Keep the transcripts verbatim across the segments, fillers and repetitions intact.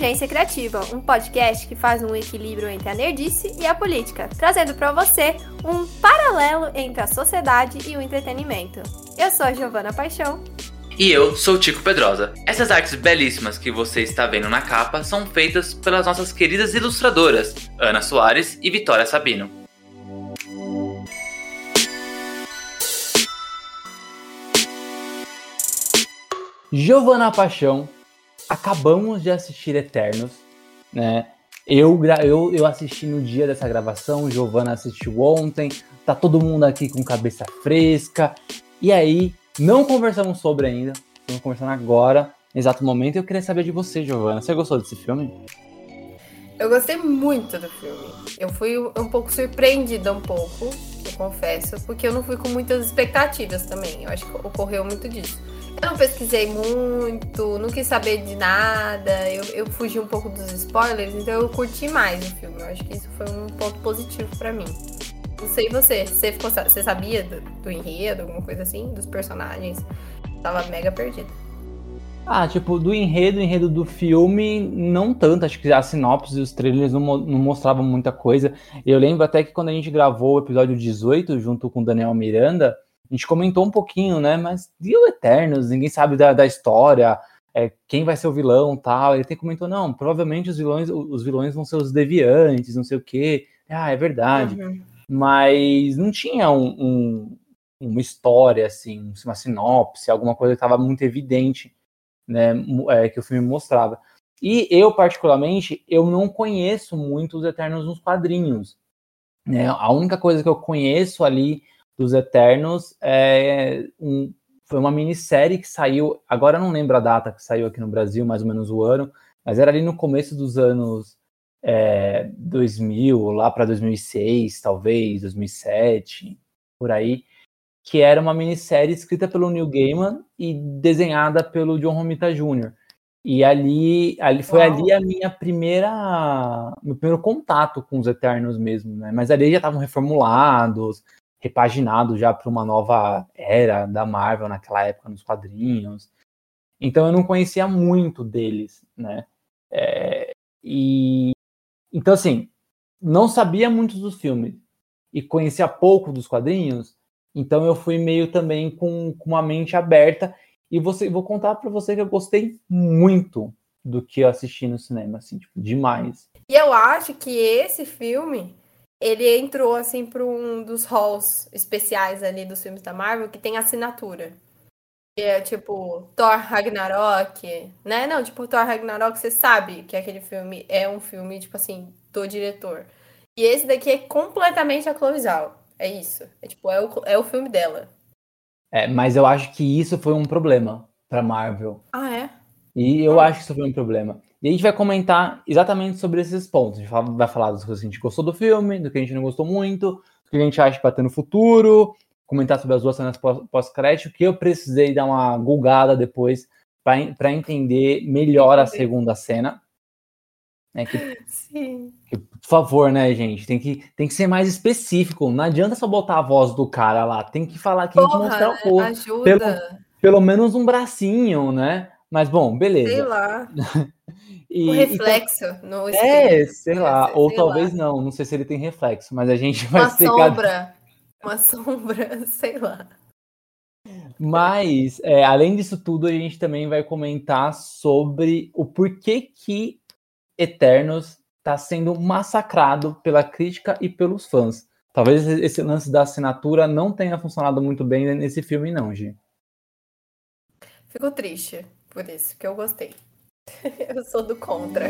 Ciência Criativa, um podcast que faz um equilíbrio entre a nerdice e a política, trazendo para você um paralelo entre a sociedade e o entretenimento. Eu sou a Giovana Paixão. E eu sou o Tico Pedrosa. Essas artes belíssimas que você está vendo na capa são feitas pelas nossas queridas ilustradoras, Ana Soares e Vitória Sabino. Giovana Paixão, acabamos de assistir Eternos, né? Eu, eu, eu assisti no dia dessa gravação, Giovana assistiu ontem, tá todo mundo aqui com cabeça fresca. E aí, não conversamos sobre ainda, estamos conversando agora, no exato momento. Eu queria saber de você, Giovana, você gostou desse filme? Eu gostei muito do filme. Eu fui um pouco surpreendida um pouco, eu confesso, porque eu não fui com muitas expectativas também. Eu acho que ocorreu muito disso. Eu não pesquisei muito, não quis saber de nada, eu, eu fugi um pouco dos spoilers, então eu curti mais o filme. Eu acho que isso foi um ponto positivo pra mim. Não sei você, você, ficou, você sabia do, do enredo, alguma coisa assim, dos personagens? Tava mega perdido. Ah, tipo, do enredo, o enredo do filme, não tanto. Acho que a sinopse e os trailers não, não mostravam muita coisa. Eu lembro até que quando a gente gravou o episódio dezoito, junto com o Daniel Miranda, a gente comentou um pouquinho, né, mas e o Eternos? Ninguém sabe da, da história, é, quem vai ser o vilão e tal. Ele até comentou, não, provavelmente os vilões, os vilões vão ser os deviantes, não sei o quê. Ah, é verdade. Uhum. Mas não tinha um, um, uma história, assim, uma sinopse, alguma coisa que estava muito evidente, né, é, que o filme mostrava. E eu, particularmente, eu não conheço muito os Eternos nos quadrinhos, né? A única coisa que eu conheço ali dos Eternos é um, foi uma minissérie que saiu, agora eu não lembro a data que saiu aqui no Brasil, mais ou menos o ano, mas era ali no começo dos anos é, dois mil, lá para dois mil e seis, talvez, dois mil e sete, por aí, que era uma minissérie escrita pelo Neil Gaiman e desenhada pelo John Romita Júnior E ali, ali foi Uau. ali a minha primeira, meu primeiro contato com os Eternos mesmo, né? Mas ali já estavam reformulados, repaginado já para uma nova era da Marvel naquela época nos quadrinhos. Então eu não conhecia muito deles, né? É, e então assim, não sabia muito dos filmes e conhecia pouco dos quadrinhos. Então eu fui meio também com, com uma mente aberta e você, vou contar para você que eu gostei muito do que eu assisti no cinema, assim, tipo, demais. E eu acho que esse filme ele entrou, assim, para um dos halls especiais ali dos filmes da Marvel, que tem assinatura. Que é, tipo, Thor Ragnarok, né? Não, tipo, Thor Ragnarok, você sabe que aquele filme é um filme, tipo assim, do diretor. E esse daqui é completamente a Chloe Zhao. É isso. É, tipo, é o, é o filme dela. É, mas eu acho que isso foi um problema pra Marvel. Ah, é? E eu hum. acho que isso foi um problema. E a gente vai comentar exatamente sobre esses pontos. A gente vai falar das coisas que a gente gostou do filme, do que a gente não gostou muito, do que a gente acha que vai ter no futuro, comentar sobre as duas cenas pós-crédito, que eu precisei dar uma gulgada depois para entender melhor a segunda cena. É que, Sim. Que, por favor, né, gente? Tem que, tem que ser mais específico. Não adianta só botar a voz do cara lá. Tem que falar, tem que mostrar o corpo. Ajuda. Pelo, pelo menos um bracinho, né? Mas, bom, beleza. Sei lá. e, o reflexo então, no espelho. É, sei lá. Ser, Ou sei talvez lá. não. Não sei se ele tem reflexo, mas a gente vai Uma explicar. sombra. Uma sombra, sei lá. Mas, é, além disso tudo, a gente também vai comentar sobre o porquê que Eternos está sendo massacrado pela crítica e pelos fãs. Talvez esse lance da assinatura não tenha funcionado muito bem nesse filme, não, Gi. Fico triste por isso, que eu gostei. Eu sou do contra.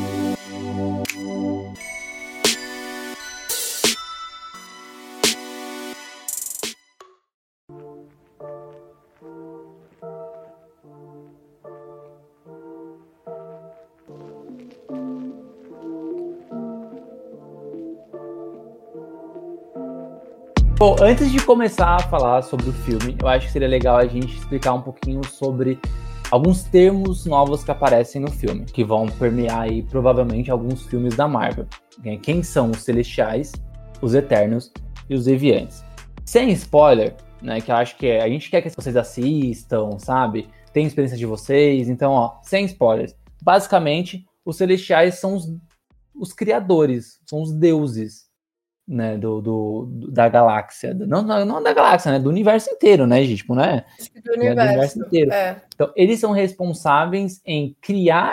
Bom, antes de começar a falar sobre o filme, eu acho que seria legal a gente explicar um pouquinho sobre alguns termos novos que aparecem no filme, que vão permear aí provavelmente alguns filmes da Marvel. Quem são os Celestiais, os Eternos e os Deviantes. Sem spoiler, né, que eu acho que é, a gente quer que vocês assistam, sabe? Tem experiência de vocês, então, ó, sem spoilers. Basicamente, os celestiais são os, os criadores, são os deuses, né, do, do, do- da galáxia. Não, não, não da galáxia, né? Do universo inteiro, né, gente? Tipo, né? Acho que do Do universo universo. inteiro. É. Então, eles são responsáveis em criar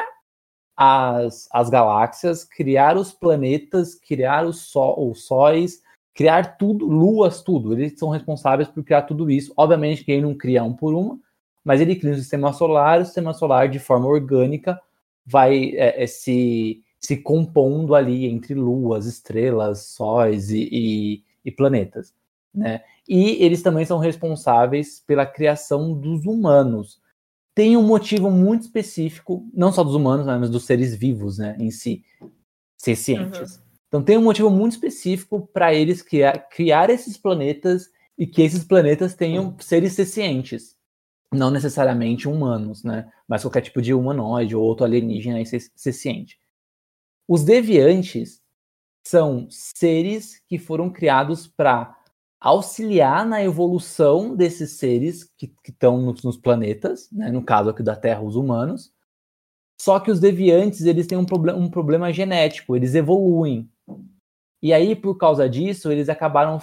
as, as galáxias, criar os planetas, criar os, sol, os sóis, criar tudo, luas, tudo. Eles são responsáveis por criar tudo isso. Obviamente que ele não cria um por uma, mas ele cria um sistema solar, o sistema solar, de forma orgânica, vai é, é, se, se compondo ali entre luas, estrelas, sóis e, e, e planetas, né? E eles também são responsáveis pela criação dos humanos. Tem um motivo muito específico, não só dos humanos, né, mas dos seres vivos, né, em si, sencientes. Então tem um motivo muito específico para eles criar, criar esses planetas e que esses planetas tenham seres sencientes. Não necessariamente humanos, né, mas qualquer tipo de humanoide ou outro alienígena senciente. Os deviantes são seres que foram criados para auxiliar na evolução desses seres que estão nos, nos planetas, né? No caso aqui da Terra, os humanos. Só que os deviantes, eles têm um, proble- um problema genético, eles evoluem. E aí, por causa disso, eles acabaram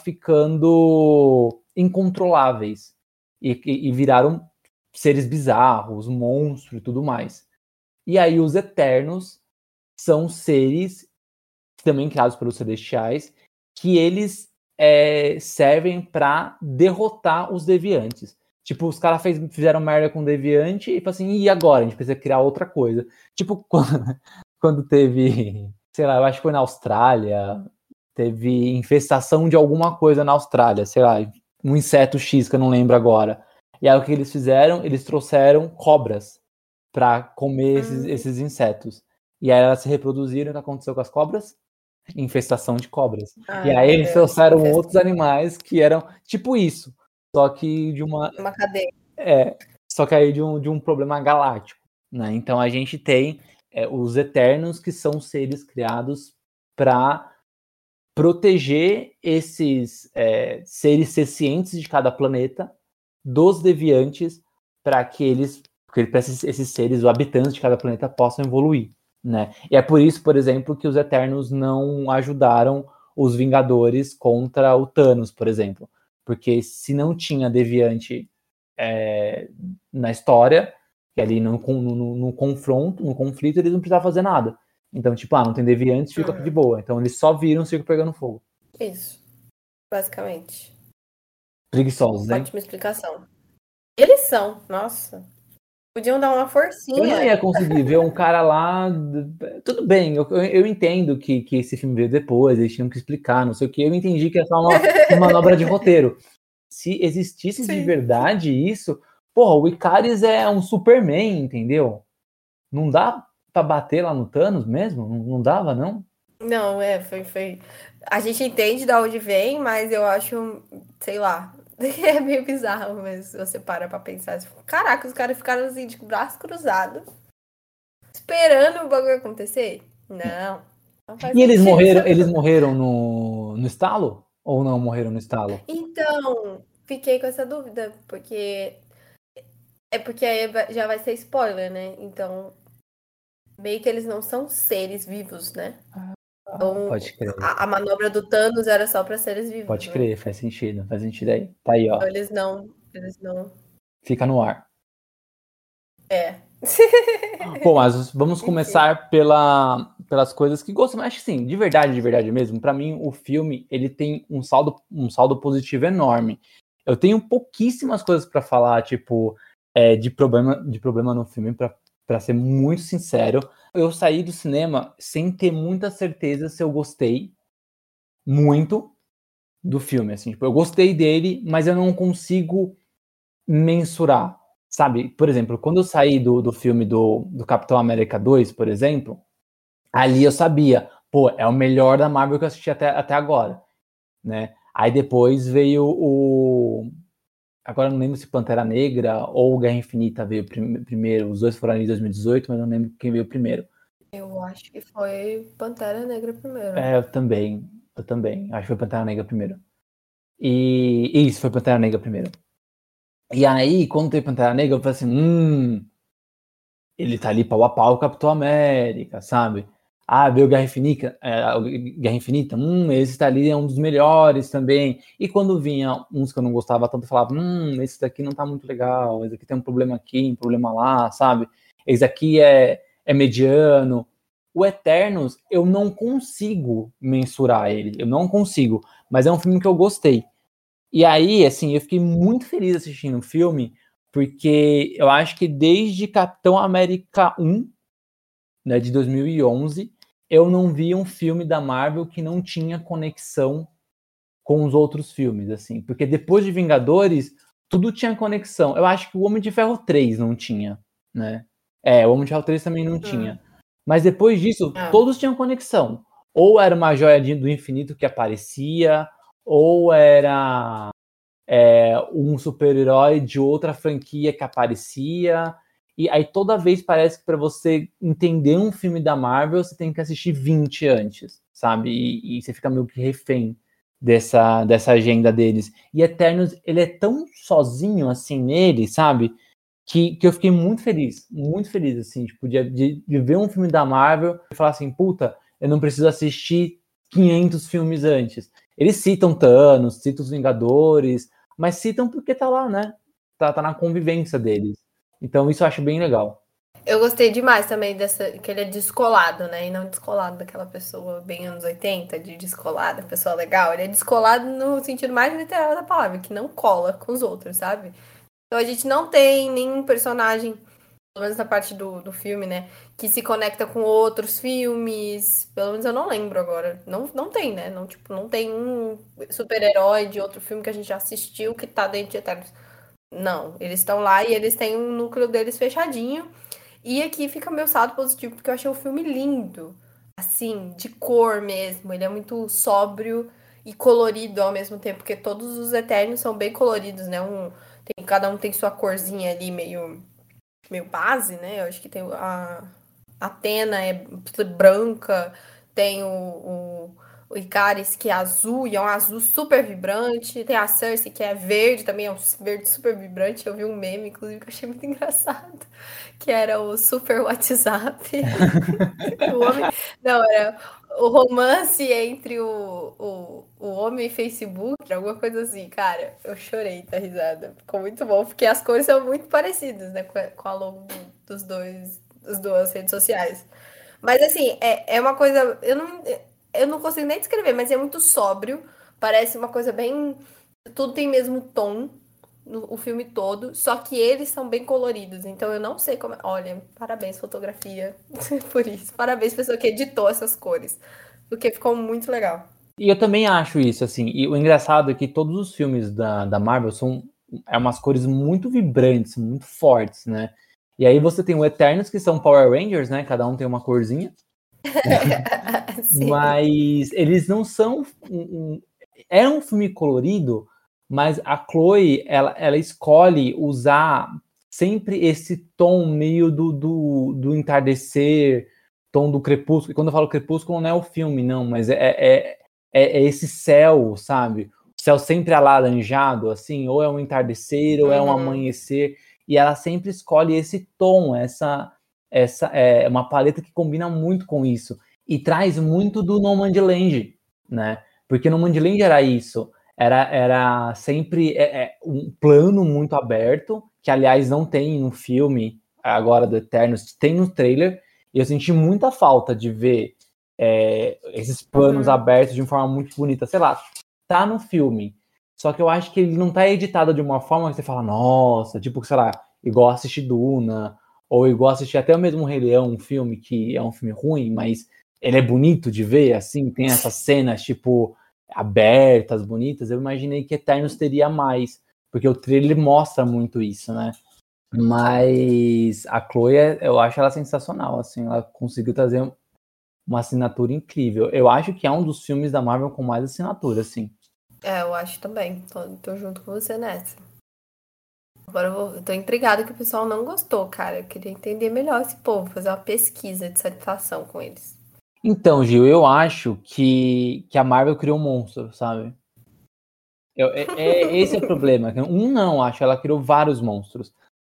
ficando incontroláveis e, e, e viraram seres bizarros, monstros e tudo mais. E aí os Eternos são seres também criados pelos Celestiais, que eles é, servem para derrotar os deviantes. Tipo, os caras fizeram merda com o deviante e falaram assim, e agora? A gente precisa criar outra coisa. Tipo, quando, quando teve, sei lá, eu acho que foi na Austrália, teve infestação de alguma coisa na Austrália, sei lá, um inseto X que eu não lembro agora. E aí o que eles fizeram? Eles trouxeram cobras para comer esses, Hum. esses insetos. E aí elas se reproduziram. O que aconteceu com as cobras? Infestação de cobras. Ai, e aí meu eles Deus, trouxeram infestação. outros animais que eram tipo isso, só que de uma Uma cadeia. é, só que aí de um, de um problema galáctico, né? Então a gente tem é, os Eternos, que são seres criados para proteger esses é, seres sencientes de cada planeta dos deviantes, para que eles, para esses, esses seres, os habitantes de cada planeta, possam evoluir, né? E é por isso, por exemplo, que os Eternos não ajudaram os Vingadores contra o Thanos, por exemplo, porque se não tinha deviante é, na história, que ali no, no, no confronto, no conflito, eles não precisavam fazer nada. Então, tipo, ah, não tem deviantes, fica Uhum. de boa. Então eles só viram o circo pegando fogo. Isso, basicamente. Preguiçosos, hein? Ótima explicação. Eles são, nossa. Podiam dar uma Eu não forcinha. ia conseguir ver um cara lá. Tudo bem, eu, eu entendo que, que esse filme veio depois, eles tinham que explicar, não sei o que. Eu entendi que é só uma, uma manobra de roteiro. Se existisse de Sim. verdade isso, porra, o Icaris é um Superman, entendeu? Não dá pra bater lá no Thanos mesmo? Não, não dava, não? Não, é, foi, foi. A gente entende de onde vem, mas eu acho, sei lá, é meio bizarro, mas se você para pra pensar, você fala, caraca, os caras ficaram assim, de braço cruzado, esperando o bagulho acontecer? Não. Não faz E eles sentido. morreram, eles morreram no, no estalo? Ou não morreram no estalo? Então, fiquei com essa dúvida, porque. É porque aí vai- já vai ser spoiler, né? Então, meio que eles não são seres vivos, né? Então, Pode crer. a, a manobra do Thanos era só pra seres vivos. Pode né? crer, faz sentido, faz sentido aí. Tá aí, ó. Então, eles não. Eles não. Fica no ar. É. Bom, mas vamos começar pela, pelas coisas que gostam. Mas sim, de verdade, de verdade mesmo. Pra mim, o filme ele tem um saldo, um saldo positivo enorme. Eu tenho pouquíssimas coisas pra falar, tipo, é, de problema, de problema no filme, pra para ser muito sincero. Eu saí do cinema sem ter muita certeza se eu gostei muito do filme, assim, tipo, eu gostei dele, mas eu não consigo mensurar, sabe? Por exemplo, quando eu saí do, do filme do, do Capitão América dois, por exemplo, ali eu sabia, pô, é o melhor da Marvel que eu assisti até, até agora, né? Aí depois veio o... Agora eu não lembro se Pantera Negra ou Guerra Infinita veio prim- primeiro, os dois foram ali em dois mil e dezoito, mas eu não lembro quem veio primeiro. Eu acho que foi Pantera Negra primeiro. É, eu também, eu também, acho que foi Pantera Negra primeiro. E isso, foi Pantera Negra primeiro. E aí, quando teve Pantera Negra, eu falei assim, hum, ele tá ali pau a pau com o Capitão América, sabe? Ah, veio Guerra Infinita, é, Guerra Infinita, hum, esse tá ali é um dos melhores também. E quando vinha uns que eu não gostava tanto, eu falava, hum, esse daqui não tá muito legal, esse aqui tem um problema aqui, um problema lá, sabe? Esse aqui é, é mediano. O Eternos, eu não consigo mensurar ele, eu não consigo, mas é um filme que eu gostei. E aí, assim, eu fiquei muito feliz assistindo o filme, porque eu acho que desde Capitão América um, né, de dois mil e onze, eu não vi um filme da Marvel que não tinha conexão com os outros filmes, assim, porque depois de Vingadores, tudo tinha conexão. Eu acho que o Homem de Ferro três não tinha, né? É, o Homem de Ferro três também não hum. tinha. Mas depois disso, ah. todos tinham conexão. Ou era uma joia do infinito que aparecia, ou era é, um super-herói de outra franquia que aparecia. E aí toda vez parece que para você entender um filme da Marvel, você tem que assistir vinte antes, sabe? E, e você fica meio que refém dessa, dessa agenda deles. E Eternos, ele é tão sozinho assim nele, sabe? Que, que eu fiquei muito feliz, muito feliz, assim, tipo, de, de, de ver um filme da Marvel e falar assim, puta, eu não preciso assistir quinhentos filmes antes. Eles citam Thanos, citam os Vingadores, mas citam porque tá lá, né? Tá, tá na convivência deles. Então isso eu acho bem legal. Eu gostei demais também dessa, que ele é descolado, né? E não descolado daquela pessoa bem anos oitenta, de descolada, pessoa legal. Ele é descolado no sentido mais literal da palavra, que não cola com os outros, sabe? Então a gente não tem nenhum personagem, pelo menos na parte do, do filme, né? Que se conecta com outros filmes. Pelo menos eu não lembro agora. Não, não tem, né? Não, tipo, não tem um super-herói de outro filme que a gente já assistiu que tá dentro de Eternos. Não, eles estão lá e eles têm um núcleo deles fechadinho. E aqui fica meu saldo positivo, porque eu achei o filme lindo. Assim, de cor mesmo. Ele é muito sóbrio e colorido ao mesmo tempo, porque todos os Eternos são bem coloridos, né? Um, tem, cada um tem sua corzinha ali meio, meio base, né? Eu acho que tem a Athena é branca, tem o, o, o Ikaris, que é azul, e é um azul super vibrante. Tem a Cersei, que é verde, também é um verde super vibrante. Eu vi um meme, inclusive, que eu achei muito engraçado, que era o super WhatsApp. o homem... Não, era o romance entre o, o, o homem e Facebook, alguma coisa assim. Cara, eu chorei da risada. Ficou muito bom, porque as cores são muito parecidas, né, com a logo dos dois, das duas redes sociais. Mas, assim, é, é uma coisa... Eu não, eu não consigo nem descrever, mas é muito sóbrio. Parece uma coisa bem... Tudo tem mesmo tom, no, o filme todo, só que eles são bem coloridos, então eu não sei como... Olha, parabéns, fotografia, por isso. Parabéns, pessoa que editou essas cores, porque ficou muito legal. E eu também acho isso, assim, e o engraçado é que todos os filmes da, da Marvel são é umas cores muito vibrantes, muito fortes, né? E aí você tem o Eternos, que são Power Rangers, né? Cada um tem uma corzinha. Mas eles não são... Um, um, é um filme colorido, mas a Chloe, ela, ela escolhe usar sempre esse tom meio do, do, do entardecer, tom do crepúsculo. E quando eu falo crepúsculo, não é o filme, não, mas é, é, é, é esse céu, sabe? O céu sempre alaranjado, assim, ou é um entardecer, ou é um amanhecer. E ela sempre escolhe esse tom, essa, essa é uma paleta que combina muito com isso. E traz muito do No Man's Land, né? Porque No Man's Land era isso. Era, era sempre é, é, um plano muito aberto, que aliás não tem no filme agora do Eternos, tem no trailer, e eu senti muita falta de ver é, esses planos uhum. abertos de uma forma muito bonita. Sei lá, tá no filme, só que eu acho que ele não tá editado de uma forma que você fala, nossa, tipo, sei lá, igual assistir Duna, ou igual assistir até o mesmo Rei Leão, um filme que é um filme ruim, mas ele é bonito de ver, assim, tem essas cenas, tipo... abertas, bonitas. Eu imaginei que Eternos teria mais, porque o trailer mostra muito isso, né? Mas a Chloe, eu acho ela sensacional, assim, ela conseguiu trazer uma assinatura incrível. Eu acho que é um dos filmes da Marvel com mais assinatura, assim. É, eu acho também. Tô, tô junto com você nessa. Agora eu, vou, eu tô intrigada que o pessoal não gostou, cara. Eu queria entender melhor esse povo, fazer uma pesquisa de satisfação com eles. Então, Gil, eu acho que, que a Marvel criou um monstro, sabe? Eu, é, é, esse é o problema. Um não, acho. Ela criou vários monstros.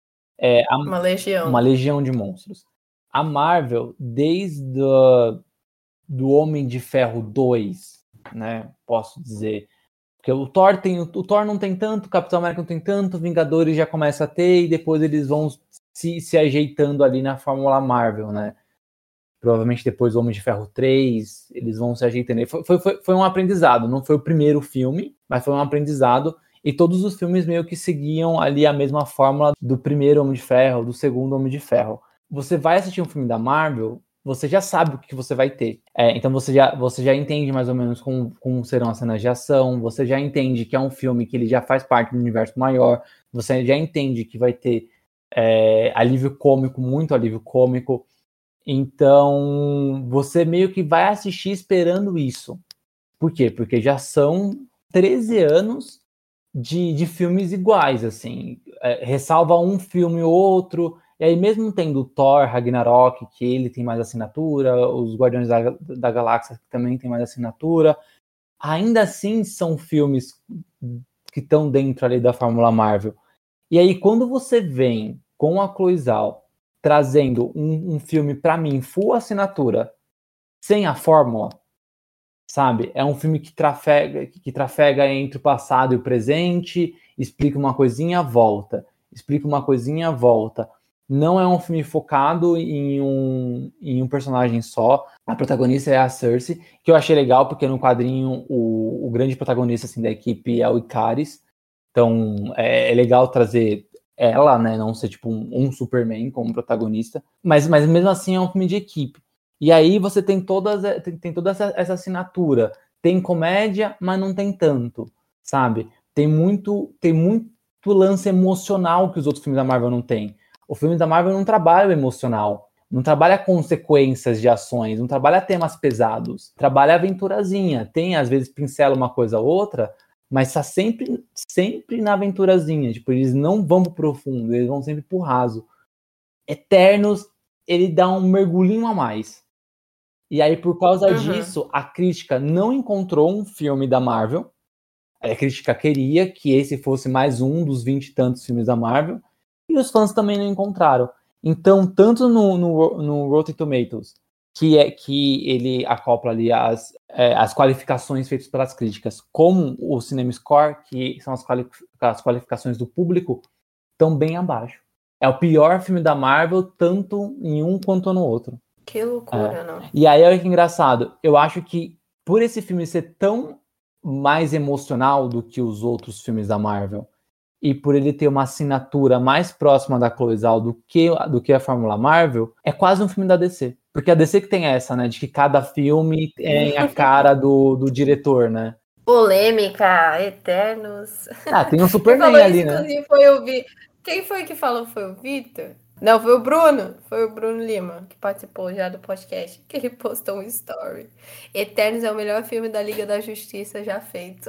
É, a, uma legião. Uma legião de monstros. A Marvel, desde o, do Homem de Ferro dois, né, posso dizer, porque o Thor, tem, o Thor não tem tanto, o Capitão América não tem tanto, Vingadores já começa a ter, e depois eles vão se, se ajeitando ali na Fórmula Marvel, né? Provavelmente depois do Homem de Ferro três, eles vão se ajeitando. Foi, foi, foi, foi um aprendizado, não foi o primeiro filme, mas foi um aprendizado, e todos os filmes meio que seguiam ali a mesma fórmula do primeiro Homem de Ferro, do segundo Homem de Ferro. Você vai assistir um filme da Marvel, você já sabe o que você vai ter. É, então você já, você já entende mais ou menos como, como serão as cenas de ação, você já entende que é um filme que ele já faz parte do universo maior, você já entende que vai ter é, alívio cômico, muito alívio cômico. Então você meio que vai assistir esperando isso. Por quê? Porque já são treze anos de, de filmes iguais, assim. É, ressalva um filme ou outro. E aí, mesmo tendo Thor, Ragnarok, que ele tem mais assinatura, os Guardiões da, da Galáxia, que também tem mais assinatura, ainda assim são filmes que estão dentro ali da Fórmula Marvel. E aí, quando você vem com a Chloe Zhao trazendo um, um filme, pra mim, full assinatura, sem a fórmula, sabe? É um filme que trafega, que trafega entre o passado e o presente, explica uma coisinha, volta. Explica uma coisinha, volta. Não é um filme focado em um, em um personagem só. A protagonista é a Cersei, que eu achei legal, porque no quadrinho o, o grande protagonista assim, da equipe é o Ikaris. Então é, é legal trazer ela, né? Não ser tipo um, um Superman como protagonista. Mas, mas mesmo assim é um filme de equipe. E aí você tem, todas, tem, tem toda essa, essa assinatura. Tem comédia, mas não tem tanto, sabe? Tem muito, tem muito lance emocional que os outros filmes da Marvel não têm. O filme da Marvel não trabalha o emocional, não trabalha consequências de ações, não trabalha temas pesados, trabalha aventurazinha. Tem, às vezes, pincela uma coisa ou outra, mas está sempre, sempre na aventurazinha. Tipo, eles não vão pro profundo, eles vão sempre pro raso. Eternos, ele dá um mergulhinho a mais. E aí, por causa uhum. disso, a crítica não encontrou um filme da Marvel. A crítica queria que esse fosse mais um dos vinte e tantos filmes da Marvel. E os fãs também não encontraram. Então, tanto no, no, no Rotten Tomatoes, que, é, que ele acopla ali as, é, as qualificações feitas pelas críticas, como o Cinema Score, que são as, quali- as qualificações do público, estão bem abaixo. É o pior filme da Marvel, tanto em um quanto no outro. Que loucura, é. não? E aí, olha que engraçado. Eu acho que, por esse filme ser tão mais emocional do que os outros filmes da Marvel, e por ele ter uma assinatura mais próxima da Chloe Zhao do que, do que a Fórmula Marvel, é quase um filme da D C. Porque a D C que tem essa, né? De que cada filme tem a cara do, do diretor, né? Polêmica, Eternos. Ah, tem um Superman Quem falou ali, isso, né? inclusive, foi o Vi... Quem foi que falou? Foi o Vitor? Não, foi o Bruno. Foi o Bruno Lima, que participou já do podcast, que ele postou um story. Eternos é o melhor filme da Liga da Justiça já feito.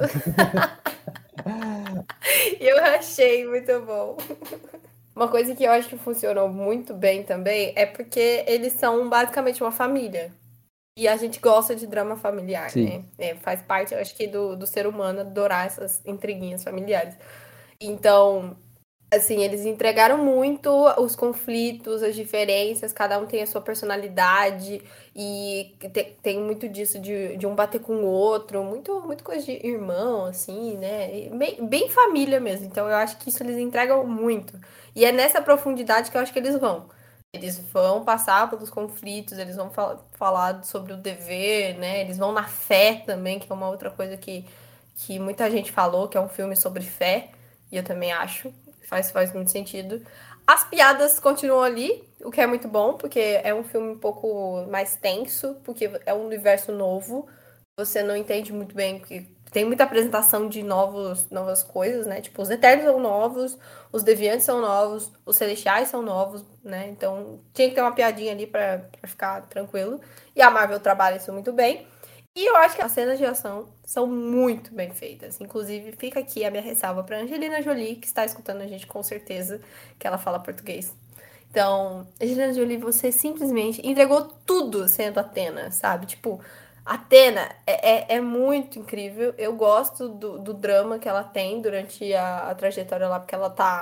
E eu achei muito bom. Uma coisa que eu acho que funcionou muito bem também é porque eles são basicamente uma família. E a gente gosta de drama familiar, Sim. né? É, faz parte, eu acho que, do, do ser humano adorar essas intriguinhas familiares. Então, assim, eles entregaram muito os conflitos, as diferenças, cada um tem a sua personalidade e tem, tem muito disso de, de um bater com o outro, muito, muito coisa de irmão, assim, né? Bem, bem família mesmo. Então, eu acho que isso eles entregam muito. E é nessa profundidade que eu acho que eles vão. Eles vão passar pelos conflitos, eles vão fal- falar sobre o dever, né? Eles vão na fé também, que é uma outra coisa que, que muita gente falou, que é um filme sobre fé. E eu também acho. Faz, faz muito sentido. As piadas continuam ali, o que é muito bom, porque é um filme um pouco mais tenso, porque é um universo novo. Você não entende muito bem, porque tem muita apresentação de novos, novas coisas, né? Tipo, os Eternos são novos, os Deviantes são novos, os Celestiais são novos, né? Então, tinha que ter uma piadinha ali pra, pra ficar tranquilo. E a Marvel trabalha isso muito bem. E eu acho que as cenas de ação são muito bem feitas. Inclusive, fica aqui a minha ressalva para Angelina Jolie, que está escutando a gente com certeza, que ela fala português. Então, Angelina Jolie, você simplesmente entregou tudo sendo Athena, sabe? Tipo, Athena é, é, é muito incrível. Eu gosto do, do drama que ela tem durante a, a trajetória lá, porque ela tá...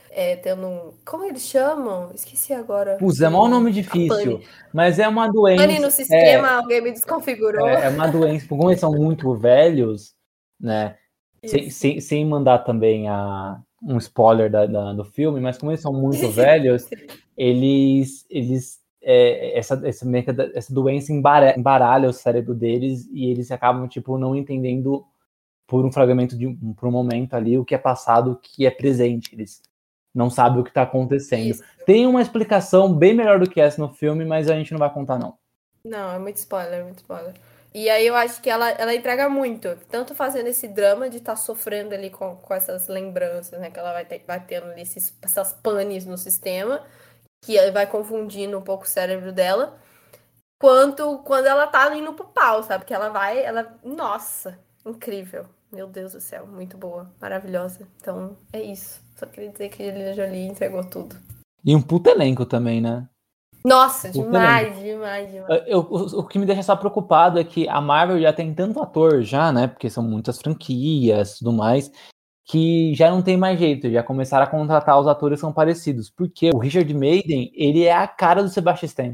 é, tendo um... Como eles chamam? Esqueci agora. Putz, é um nome difícil, mas é uma doença... Pane no sistema, é, alguém me desconfigurou. É, é uma doença, como eles são muito velhos, né? Sem, sem, sem mandar também a, um spoiler da, da, do filme, mas como eles são muito velhos, eles... eles é, essa, essa, essa doença embaralha, embaralha o cérebro deles e eles acabam, tipo, não entendendo por um fragmento, de por um momento ali, o que é passado, o que é presente. Eles não sabem o que está acontecendo. Isso. Tem uma explicação bem melhor do que essa no filme, mas a gente não vai contar, não. Não, é muito spoiler, é muito spoiler. E aí eu acho que ela, ela entrega muito, tanto fazendo esse drama de estar tá sofrendo ali com, com essas lembranças, né, que ela vai, ter, vai tendo ali esses, essas panes no sistema, que vai confundindo um pouco o cérebro dela, quanto quando ela tá indo pro pau, sabe? Que ela vai, ela... Nossa, incrível. Meu Deus do céu, muito boa, maravilhosa. Então, é isso. Só queria dizer que a Angelina Jolie entregou tudo. E um puta elenco também, né? Nossa, puta demais, elenco. demais, demais. Eu, o, o que me deixa só preocupado é que a Marvel já tem tanto ator já, né? Porque são muitas franquias e tudo mais, que já não tem mais jeito, já começaram a contratar os atores que são parecidos, porque o Richard Madden, ele é a cara do Sebastian Stan.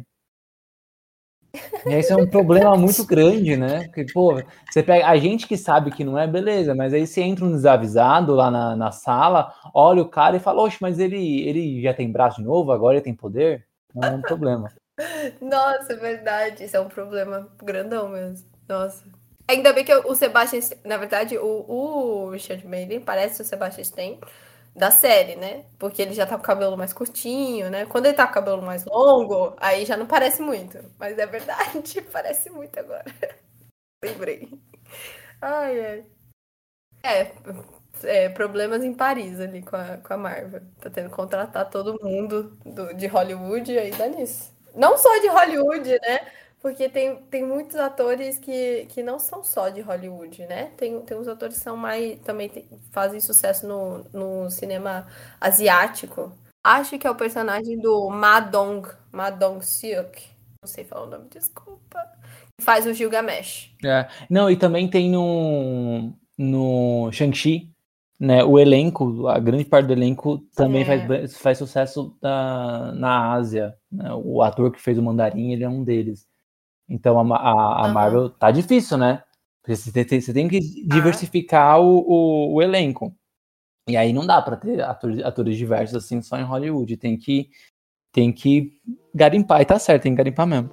E esse é um problema muito grande, né? Porque, pô, você pega a gente que sabe que não é, beleza, mas aí você entra um desavisado lá na, na sala, olha o cara e fala, oxe, mas ele, ele já tem braço de novo, agora ele tem poder? Não é um problema. Nossa, é verdade, isso é um problema grandão mesmo, nossa. Ainda bem que o Sebastian, na verdade, o, o Richard Madden parece o Sebastian Stan da série, né? Porque ele já tá com o cabelo mais curtinho, né? Quando ele tá com o cabelo mais longo, aí já não parece muito. Mas é verdade, parece muito agora. Lembrei. Ai, ai. É, é, problemas em Paris ali com a, com a Marvel. Tá tendo que contratar todo mundo do, de Hollywood e aí dá nisso. Não só de Hollywood, né? Porque tem, tem muitos atores que, que não são só de Hollywood, né? Tem, tem uns atores que são mais... Também tem, fazem sucesso no, no cinema asiático. Acho que é o personagem do Ma Dong. Ma Dong-seok. Não sei falar o nome, desculpa. Faz o Gilgamesh. É. Não, e também tem no, no Shang-Chi, né? O elenco, a grande parte do elenco também é. faz, faz sucesso na, na Ásia. Né? O ator que fez o Mandarim, ele é um deles. Então a, a, a uhum. Marvel tá difícil, né? Porque você tem, você tem que diversificar ah. o, o, o elenco. E aí não dá pra ter atores, atores diversos assim só em Hollywood. Tem que, tem que garimpar. E tá certo, tem que garimpar mesmo.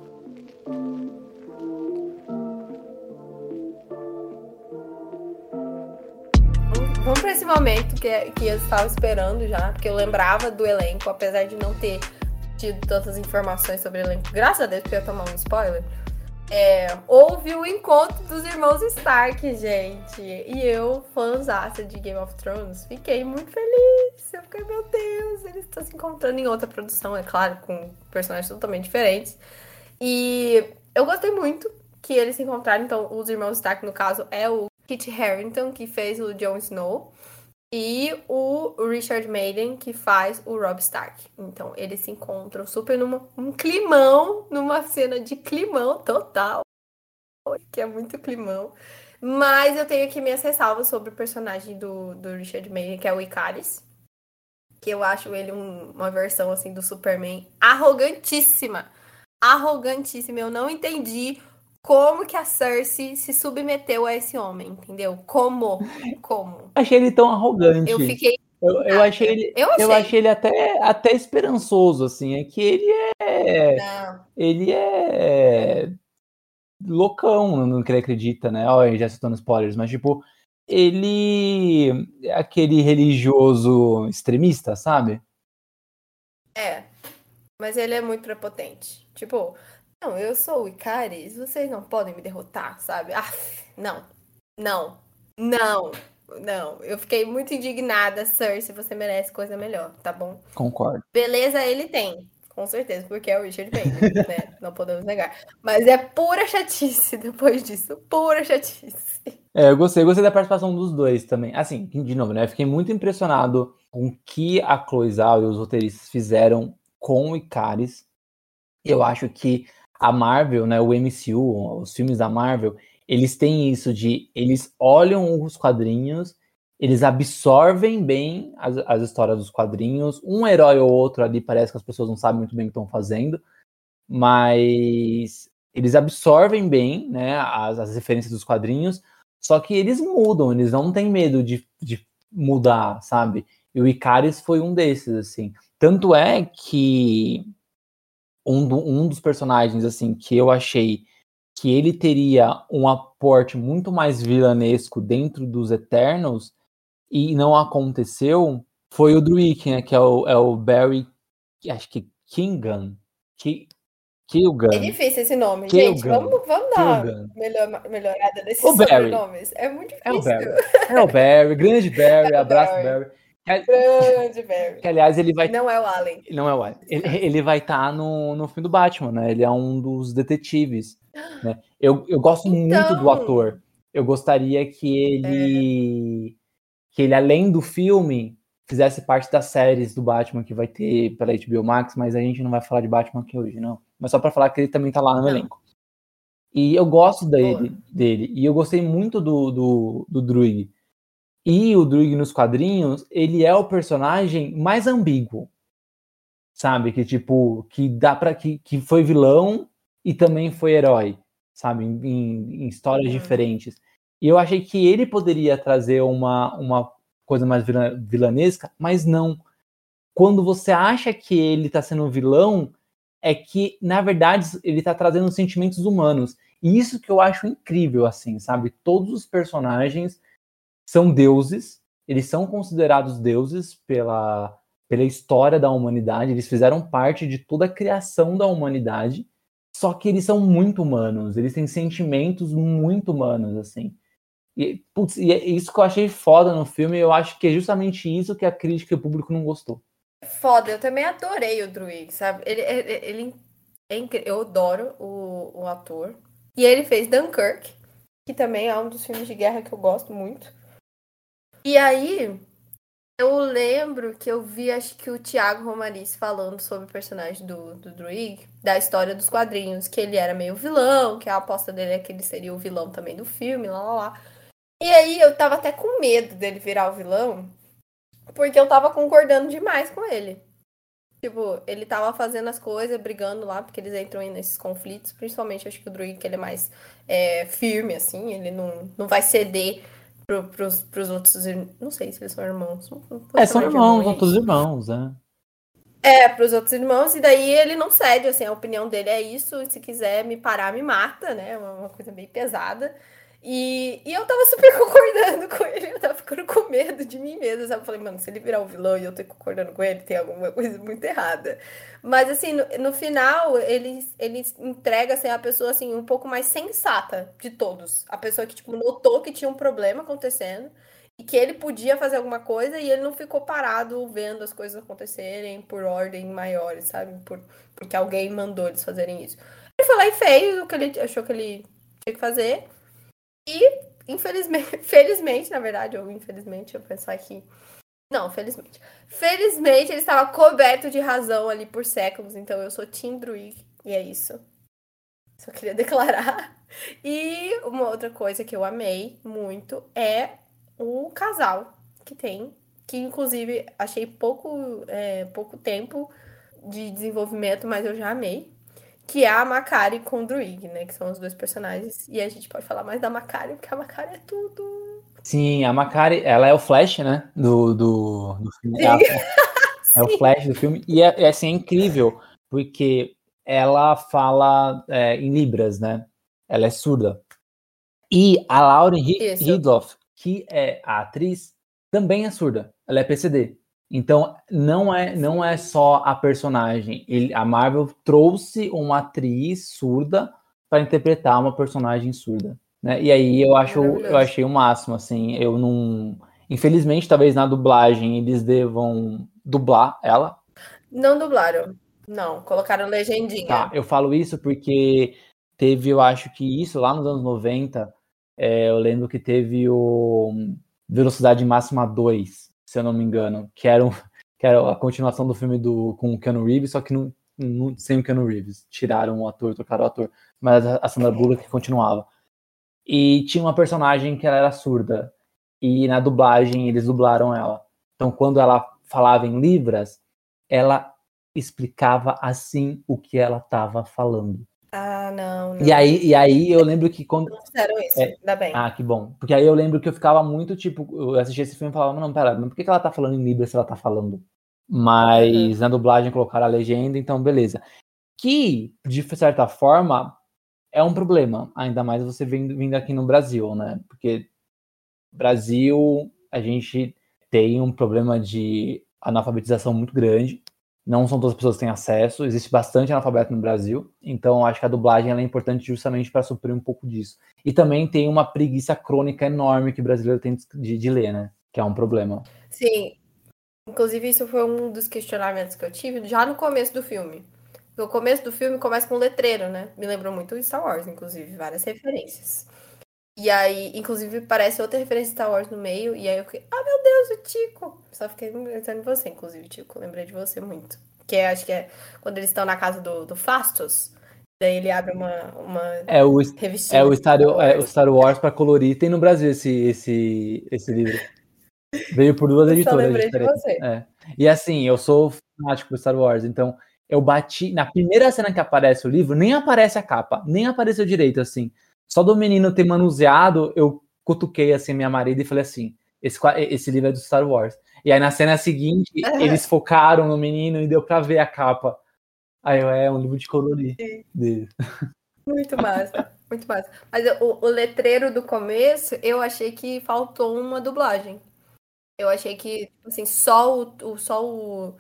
Vamos pra esse momento que, que eu estava esperando já. Porque eu lembrava do elenco, apesar de não ter tido tantas informações sobre o elenco. Graças a Deus, porque eu ia tomar um spoiler. É, houve o encontro dos irmãos Stark, gente. E eu, fãzaça de Game of Thrones, fiquei muito feliz. Eu fiquei, meu Deus, eles estão se encontrando em outra produção, é claro, com personagens totalmente diferentes. E eu gostei muito que eles se encontraram. Então, os irmãos Stark, no caso, é o Kit Harington, que fez o Jon Snow, e o Richard Madden, que faz o Robb Stark. Então, eles se encontram super numa um climão, numa cena de climão total, que é muito climão. Mas eu tenho aqui minhas ressalvas sobre o personagem do, do Richard Madden, que é o Icaris, que eu acho ele um, uma versão, assim, do Superman arrogantíssima. Arrogantíssima. Eu não entendi como que a Cersei se submeteu a esse homem, entendeu? Como? Como? Achei ele tão arrogante. Eu fiquei... Eu, eu, achei, ele, eu, achei. eu achei ele até, até esperançoso, assim. É que ele é... Não. Ele é... loucão, no que ele acredita, né? Olha, já citando spoilers, mas, tipo... Ele é aquele religioso extremista, sabe? É. Mas ele é muito prepotente. Tipo... Não, eu sou o Icaris, vocês não podem me derrotar, sabe? Ah, não, não, não, não. Eu fiquei muito indignada, Cersei, você merece coisa melhor, tá bom? Concordo. Beleza, ele tem, com certeza, porque é o Richard Madden, né? Não podemos negar. Mas é pura chatice depois disso, pura chatice. É, eu gostei, eu gostei da participação dos dois também. Assim, de novo, né? Eu fiquei muito impressionado com o que a Chloe Zhao e os roteiristas fizeram com o Icaris. Eu acho que a Marvel, né, o M C U, os filmes da Marvel, eles têm isso de... Eles olham os quadrinhos eles absorvem bem as, as histórias dos quadrinhos. Um herói ou outro ali parece que as pessoas não sabem muito bem o que estão fazendo, mas eles absorvem bem, né, as, as referências dos quadrinhos, só que eles mudam, eles não têm medo de, de mudar, sabe? E o Icaris foi um desses, assim. Tanto é que um, do, um dos personagens, assim, que eu achei que ele teria um aporte muito mais vilanesco dentro dos Eternos, e não aconteceu, foi o Druig, né, que é o, é o Barry, acho que Kingan, Ki, Kilgan. É difícil esse nome, Kilgan. gente. Vamos, vamos dar Kilgan. uma melhor, melhorada nesses O Barry. sobrenomes. É muito difícil. É o Barry. É o Barry, grande Barry, É o abraço Barry. Barry. Que, Grande Barry. que, aliás, ele vai... Não é o Allen. Não é o Allen. Ele, ele vai estar tá no, no filme do Batman, né? Ele é um dos detetives, né? Eu, eu gosto Então... muito do ator. Eu gostaria que ele... É. Que ele, além do filme, fizesse parte das séries do Batman que vai ter pela H B O Max, mas a gente não vai falar de Batman aqui hoje, não. Mas só pra falar que ele também tá lá no não. elenco. E eu gosto dele, dele. E eu gostei muito do, do, do Druig. E o Druig nos quadrinhos, ele é o personagem mais ambíguo. Sabe? Que tipo, que dá pra. Que, que foi vilão e também foi herói. Sabe? Em, em, em histórias uhum. diferentes. E eu achei que ele poderia trazer uma, uma coisa mais vilanesca, mas não. Quando você acha que ele tá sendo vilão, é que, na verdade, ele tá trazendo sentimentos humanos. E isso que eu acho incrível, assim, sabe? Todos os personagens são deuses, eles são considerados deuses pela, pela história da humanidade, eles fizeram parte de toda a criação da humanidade, só que eles são muito humanos, eles têm sentimentos muito humanos, assim. E, putz, e é isso que eu achei foda no filme, eu acho que é justamente isso que a crítica e o público não gostou. Foda, eu também adorei o Druig, sabe? Ele, ele, ele é incrível, eu adoro o, o ator. E ele fez Dunkirk, que também é um dos filmes de guerra que eu gosto muito. E aí, eu lembro que eu vi, acho que o Thiago Romariz falando sobre o personagem do, do Druig, da história dos quadrinhos, que ele era meio vilão, que a aposta dele é que ele seria o vilão também do filme, lá, lá, lá. E aí, eu tava até com medo dele virar o vilão, porque eu tava concordando demais com ele. Tipo, ele tava fazendo as coisas, brigando lá, porque eles entram nesses conflitos, principalmente, acho que o Druig, que ele é mais é, firme, assim, ele não, não vai ceder pro, pros, pros outros, não sei se eles são irmãos. É, são irmãos, são todos irmãos, né? É, pros outros irmãos, e daí ele não cede, assim, a opinião dele é isso, e se quiser me parar, me mata, né, uma, uma coisa bem pesada. E, e eu tava super concordando com ele, eu tava ficando com medo de mim mesma, sabe? Eu falei, mano, se ele virar o vilão e eu tô concordando com ele, tem alguma coisa muito errada. Mas, assim, no, no final, ele, ele entrega, assim, a pessoa, assim, um pouco mais sensata de todos. A pessoa que, tipo, notou que tinha um problema acontecendo e que ele podia fazer alguma coisa e ele não ficou parado vendo as coisas acontecerem por ordem maiores, sabe? Por, porque alguém mandou eles fazerem isso. Ele foi lá e fez o que ele achou que ele tinha que fazer. E, infelizmente, felizmente, na verdade, ou infelizmente, eu pensar que... Não, felizmente. Felizmente, ele estava coberto de razão ali por séculos, então eu sou Team Druig, e é isso. Só queria declarar. E uma outra coisa que eu amei muito é o casal que tem, que inclusive achei pouco, é, pouco tempo de desenvolvimento, mas eu já amei. Que é a Makkari com o Druig, né? Que são os dois personagens. E a gente pode falar mais da Makkari, porque a Makkari é tudo. Sim, a Makkari, ela é o Flash, né? Do, do, do filme. É, a, é o Flash do filme. E é, é, assim, é incrível, porque ela fala é, em Libras, né? Ela é surda. E a Lauren Ridloff, que é a atriz, também é surda. Ela é P C D. Então, não é, não é só a personagem. Ele, a Marvel trouxe uma atriz surda para interpretar uma personagem surda, né? E aí eu acho, eu achei o máximo, assim. Eu não... Infelizmente, talvez na dublagem eles devam dublar ela. Não dublaram. Não, colocaram legendinha. Tá, eu falo isso porque teve, eu acho que isso lá nos anos noventa, é, eu lembro que teve o Velocidade Máxima dois, se eu não me engano, que era, um, que era a continuação do filme do, com o Keanu Reeves, só que não, não, sem o Keanu Reeves. Tiraram o ator, trocaram o ator, mas a Sandra Bullock continuava. E tinha uma personagem que ela era surda. e na dublagem eles dublaram ela. Então, quando ela falava em libras, ela explicava assim o que ela estava falando. Ah, não, não. E aí, e aí eu lembro que quando... Não fizeram isso, É. ainda bem. Ah, que bom. Porque aí eu lembro que eu ficava muito, tipo, eu assistia esse filme e falava, não, pera, mas por que que ela tá falando em libras se ela tá falando? Mas Uhum. na dublagem colocaram a legenda, então beleza. Que, de certa forma, é um problema, ainda mais você vindo, vindo aqui no Brasil, né? Porque Brasil, a gente tem um problema de analfabetização muito grande. Não são todas as pessoas que têm acesso, existe bastante analfabeto no Brasil, então acho que a dublagem ela é importante justamente para suprir um pouco disso. E também tem uma preguiça crônica enorme que o brasileiro tem de, de ler, né? Que é um problema. Sim, inclusive isso foi um dos questionamentos que eu tive já no começo do filme. O começo do filme começa com um letreiro, né? Me lembrou muito o Star Wars, inclusive, várias referências. E aí, inclusive, parece outra referência de Star Wars no meio. E aí eu fiquei, ah, meu Deus, o Tico. Só fiquei pensando em você, inclusive, Tico. Lembrei de você muito. Que é, acho que é quando eles estão na casa do, do Fastos. Daí ele abre uma, uma É o, revistinha. é o, Star, de Star é o Wars. Star Wars para colorir. Tem no Brasil esse, esse, esse livro. Veio por duas Eu só editoras lembrei de diferentes. você. É. E assim, eu sou fanático por Star Wars, então eu bati. Na primeira cena que aparece o livro, nem aparece a capa, nem apareceu direito, assim. Só do menino ter manuseado, eu cutuquei assim minha marida e falei assim: esse, qua- esse livro é do Star Wars. E aí na cena seguinte, eles focaram no menino e deu pra ver a capa. Aí eu, é um livro de colorir dele. Muito massa, muito massa. Mas o, o letreiro do começo, eu achei que faltou uma dublagem. Eu achei que, assim, só o, o- só o,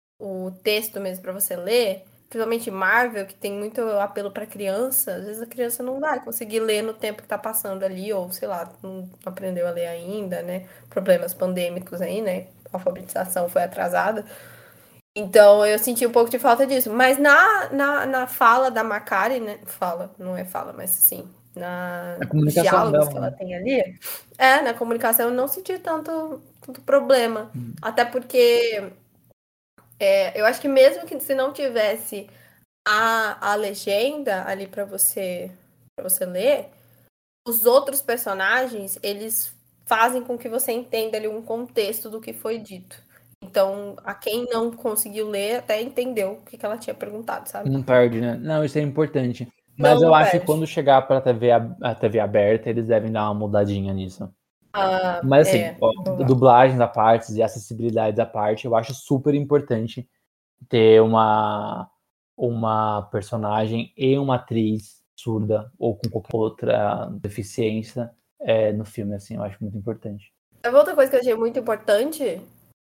o texto mesmo pra você ler, principalmente Marvel, que tem muito apelo pra criança, às vezes a criança não vai conseguir ler no tempo que tá passando ali, ou sei lá, não aprendeu a ler ainda, né? Problemas pandêmicos aí, né? A alfabetização foi atrasada. Então eu senti um pouco de falta disso. Mas na, na, na fala da Macari, né? Fala, não é fala, mas sim. Na, A nos comunicação diálogos dela, que ela né? tem ali. É, na comunicação eu não senti tanto, tanto problema. Hum. Até porque é, eu acho que mesmo que se não tivesse a, a legenda ali para você, para você ler, os outros personagens, eles fazem com que você entenda ali um contexto do que foi dito. Então, a quem não conseguiu ler, até entendeu o que, que ela tinha perguntado, sabe? Não perde, né? Não, isso é importante. Não, Mas eu não acho que perde. quando chegar pra T V, a, a T V aberta, eles devem dar uma mudadinha nisso. Ah, Mas assim, é, ó, provável. dublagens à parte e acessibilidade à parte, eu acho super importante ter uma, uma personagem e uma atriz surda ou com qualquer outra deficiência é, no filme, assim, eu acho muito importante. Sabe outra coisa que eu achei muito importante?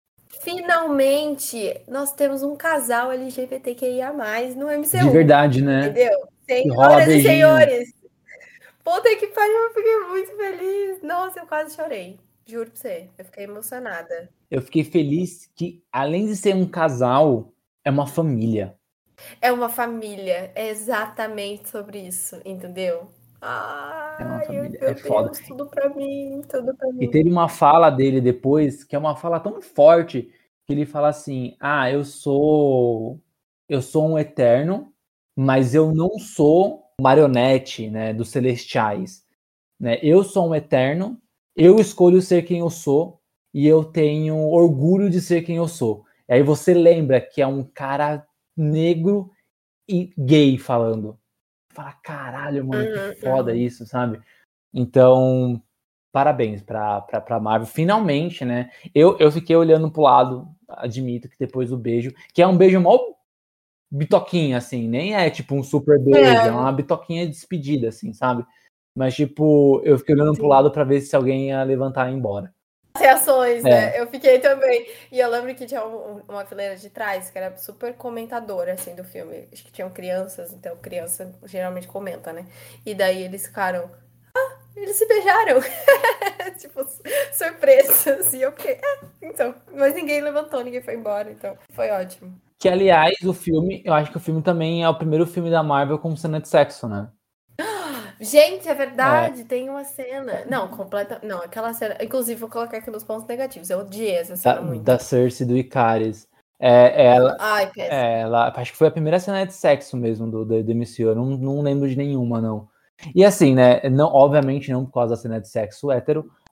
Finalmente, nós temos um casal L G B T Q I A mais, no M C U. De verdade, né? Entendeu? Que rola Senhoras e beijinho. senhores! Puta que pariu, eu fiquei muito feliz. Nossa, eu quase chorei. Juro pra você, eu fiquei emocionada. Eu fiquei feliz que, além de ser um casal, é uma família. É uma família, é exatamente sobre isso, entendeu? Ai, É uma família, meu é foda. Deus, tudo pra mim, tudo pra E mim. teve uma fala dele depois, que é uma fala tão forte, que ele fala assim: ah, eu sou eu sou um eterno, mas eu não sou marionete, né, dos celestiais, né? Eu sou um eterno, eu escolho ser quem eu sou e eu tenho orgulho de ser quem eu sou. E aí você lembra que é um cara negro e gay falando. Fala, caralho, mano, que Uhum, foda uhum. isso, sabe? Então, parabéns pra, pra, pra Marvel, finalmente, né? Eu, eu fiquei olhando pro lado, admito que depois do beijo, que é um beijo mó bitoquinha, assim, nem é tipo um super beijo, é, É, uma bitoquinha de despedida, assim, sabe? Mas, tipo, eu fiquei olhando pro sim. lado pra ver se alguém ia levantar e ir embora. As reações, É. né? Eu fiquei também. E eu lembro que tinha um- uma fileira de trás que era super comentadora, assim, do filme. Acho que tinham crianças, então criança geralmente comenta, né? E daí eles ficaram, ah, eles se beijaram. Tipo, surpresas. E eu fiquei, ah, então. Mas ninguém levantou, ninguém foi embora, então foi ótimo. Que, aliás, o filme, eu acho que o filme também é o primeiro filme da Marvel com cena de sexo, né? Gente, é verdade, é. Tem uma cena. Não, completa. Não, aquela cena. Inclusive, vou colocar aqui nos pontos negativos. Eu odiei essa cena Da, muito. da Cersei do Icaris. É, ela, Ai, péssimo. é, ela, acho que foi a primeira cena de sexo mesmo do, do, do M C U. Eu não, não lembro de nenhuma, não. E assim, né? Não, obviamente não por causa da cena de sexo hétero,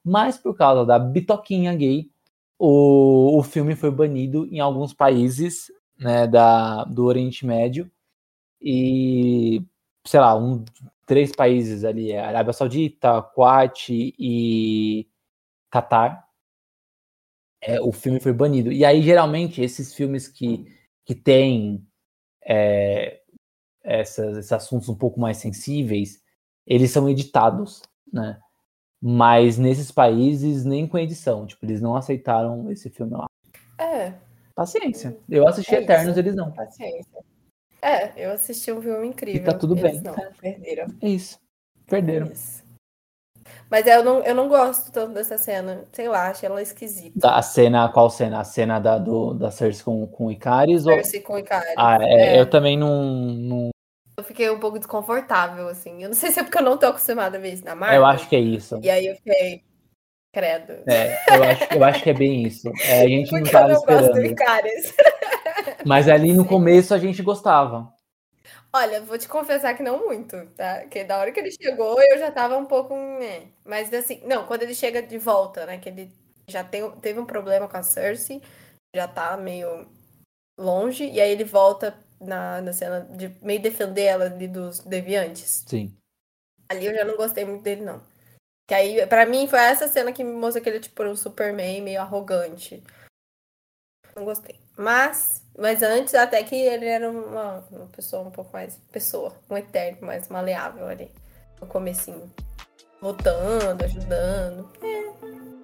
mas por causa da bitoquinha gay, o, o filme foi banido em alguns países, né, da, do Oriente Médio, e, sei lá, um, três países ali, Arábia Saudita, Kuwait e Catar, é, o filme foi banido. E aí, geralmente, esses filmes que, que têm é, essas, esses assuntos um pouco mais sensíveis, eles são editados, né? Mas nesses países, nem com edição. Tipo, eles não aceitaram esse filme lá. É. Paciência. Eu assisti É Eternos, isso. eles não. Paciência. É, eu assisti um filme incrível. E tá tudo eles bem. Não, perderam. É isso. Perderam. É isso. Mas eu não, eu não gosto tanto dessa cena. Sei lá, achei ela esquisita. A cena, qual cena? A cena da, do, da Cersei com, com o Icaris? Cersei com o Icaris. Ah, é, é. eu também não, não... Eu fiquei um pouco desconfortável, assim. Eu não sei se é porque eu não tô acostumada a ver isso na Marvel. Eu acho que é isso. E aí eu fiquei... Credo. É, eu acho, eu acho que é bem isso. É, a gente porque não tava eu não esperando. gosto do Icaris. Mas ali no começo a gente gostava. Olha, vou te confessar que não muito, tá? Porque da hora que ele chegou, eu já tava um pouco... Né. Mas assim, não, quando ele chega de volta, né? Que ele já tem, teve um problema com a Cersei, já tá meio longe, e aí ele volta na, na cena de meio defender ela ali dos deviantes. Sim. Ali eu já não gostei muito dele, não. Que aí, pra mim, foi essa cena que me mostra que ele é tipo um Superman meio arrogante. Não gostei. Mas, mas antes, até que ele era uma, uma pessoa um pouco mais... Pessoa, um eterno mais maleável ali. No comecinho. Lutando, ajudando. É.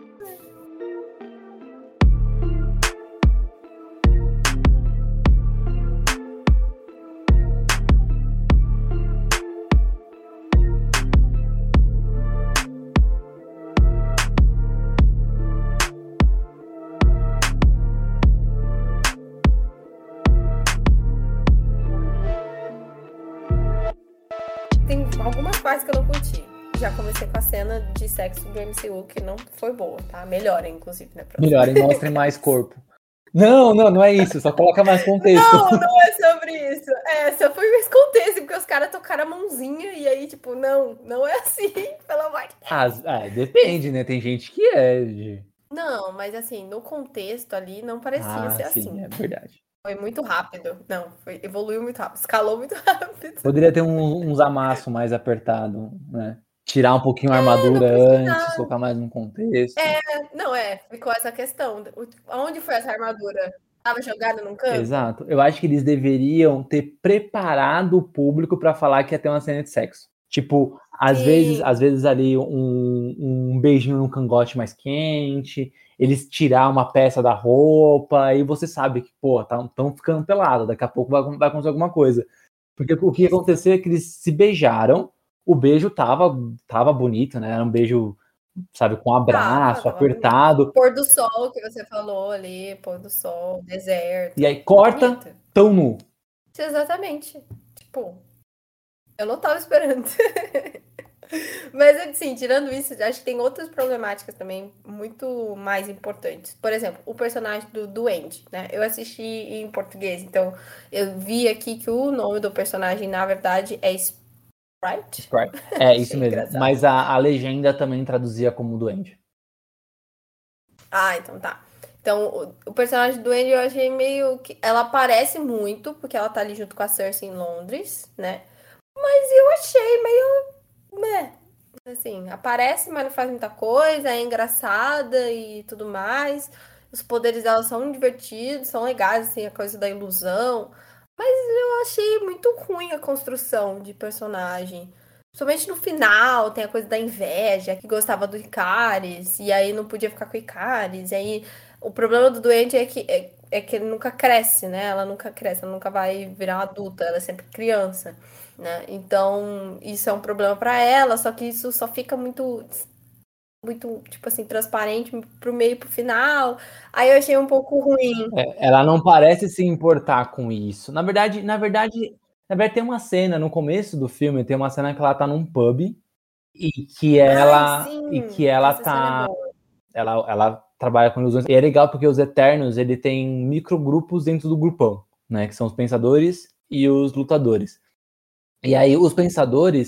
Tem algumas partes que eu não curti. Já comecei com a cena de sexo do M C U, que não foi boa, tá? Melhorem, inclusive, né? Pra Melhorem, mostrem mais corpo. Não, não, não é isso. Só coloca mais contexto. Não, não é sobre isso. É, só foi mais contexto, porque os caras tocaram a mãozinha e aí, tipo, não, não é assim, pelo amor de Deus. Ah, ah, depende, né? Tem gente que é de... Não, mas assim, no contexto ali, não parecia Ah, ser sim, assim. é verdade. Foi muito rápido. Não, foi, evoluiu muito rápido. Escalou muito rápido. Poderia ter um, uns amassos mais apertados, né? Tirar um pouquinho a armadura é, antes, colocar mais num contexto. É, não é. Ficou essa questão. Onde foi essa armadura? Tava jogada num canto? Exato. Eu acho que eles deveriam ter preparado o público para falar que ia ter uma cena de sexo. Tipo, às Sim. vezes, às vezes ali um, um beijinho no cangote mais quente, eles tirar uma peça da roupa, e você sabe que, pô, estão tá, ficando pelado, daqui a pouco vai, vai acontecer alguma coisa. Porque o que aconteceu é que eles se beijaram, o beijo tava, tava bonito, né? Era um beijo, sabe, com abraço, Tava, tava apertado. bonito. Pôr do sol que você falou ali, pôr do sol, deserto. E aí corta, Bonito. tão nu. Exatamente. Tipo, eu não tava esperando. Mas, assim, tirando isso, acho que tem outras problemáticas também muito mais importantes. Por exemplo, o personagem do Duende, né? Eu assisti em português, então eu vi aqui que o nome do personagem, na verdade, é Sprite. Sprite. É, isso Achei mesmo. engraçado. Mas a, a legenda também traduzia como Duende. Ah, então tá. Então, o, o personagem do Duende eu achei meio que... Ela aparece muito, porque ela tá ali junto com a Cersei em Londres, né? Mas eu achei meio... né? Assim, aparece, mas não faz muita coisa, é engraçada e tudo mais. Os poderes dela são divertidos, são legais, assim, a coisa da ilusão. Mas eu achei muito ruim a construção de personagem. Principalmente no final, tem a coisa da inveja, que gostava do Icaris, e aí não podia ficar com o Icaris. E aí, o problema do Duende é que, é, é que ele nunca cresce, né? Ela nunca cresce, ela nunca vai virar adulta, ela é sempre criança. Né? Então, isso é um problema para ela, só que isso só fica muito, muito, tipo assim, transparente pro meio e pro final. Aí eu achei um pouco ruim. É, ela não parece se importar com isso. Na verdade, na verdade, na verdade, tem uma cena no começo do filme, tem uma cena que ela tá num pub e que ela, Ai, sim, e que ela essa cena é tá. boa. Ela, ela trabalha com ilusões. E é legal porque os Eternos, ele tem microgrupos dentro do grupão, né? Que são os pensadores e os lutadores. E aí, os pensadores,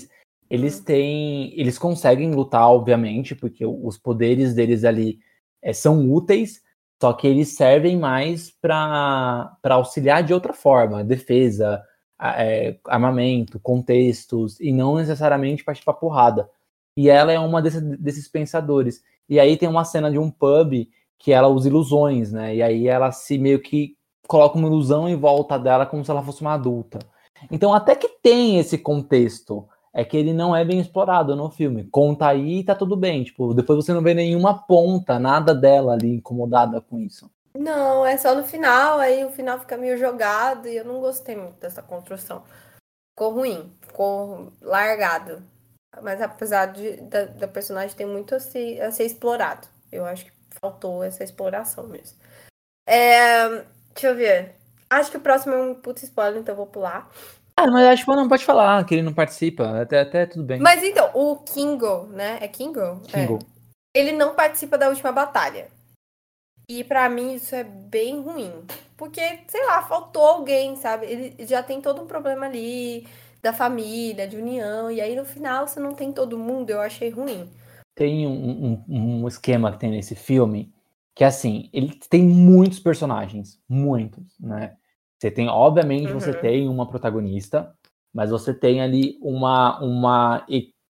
eles têm. Eles conseguem lutar, obviamente, porque os poderes deles ali é, são úteis, só que eles servem mais para auxiliar de outra forma, defesa, é, armamento, contextos, e não necessariamente partir pra porrada. E ela é uma desse, desses pensadores. E aí tem uma cena de um pub que ela usa ilusões, né? E aí ela se meio que coloca uma ilusão em volta dela como se ela fosse uma adulta. Então até que tem esse contexto, é que ele não é bem explorado no filme. Conta aí e tá tudo bem. Tipo, depois você não vê nenhuma ponta, nada dela ali incomodada com isso. Não, é só no final, aí o final fica meio jogado e eu não gostei muito dessa construção. Ficou ruim, ficou largado. Mas apesar de, da, da personagem ter muito a ser, a ser explorado. Eu acho que faltou essa exploração mesmo. É, deixa eu ver. Acho que o próximo é um puta spoiler, então eu vou pular. Ah, mas acho que não pode falar que ele não participa. Até, até tudo bem. Mas então, o Kingo, né? É Kingo? Kingo. É. Ele não participa da última batalha. E pra mim isso é bem ruim. Porque, sei lá, faltou alguém, sabe? Ele já tem todo um problema ali da família, de união. E aí no final você não tem todo mundo, eu achei ruim. Tem um, um, um esquema que tem nesse filme que, assim, ele tem muitos personagens. Muitos, né? Você tem, obviamente, uhum. Você tem uma protagonista, mas você tem ali uma... uma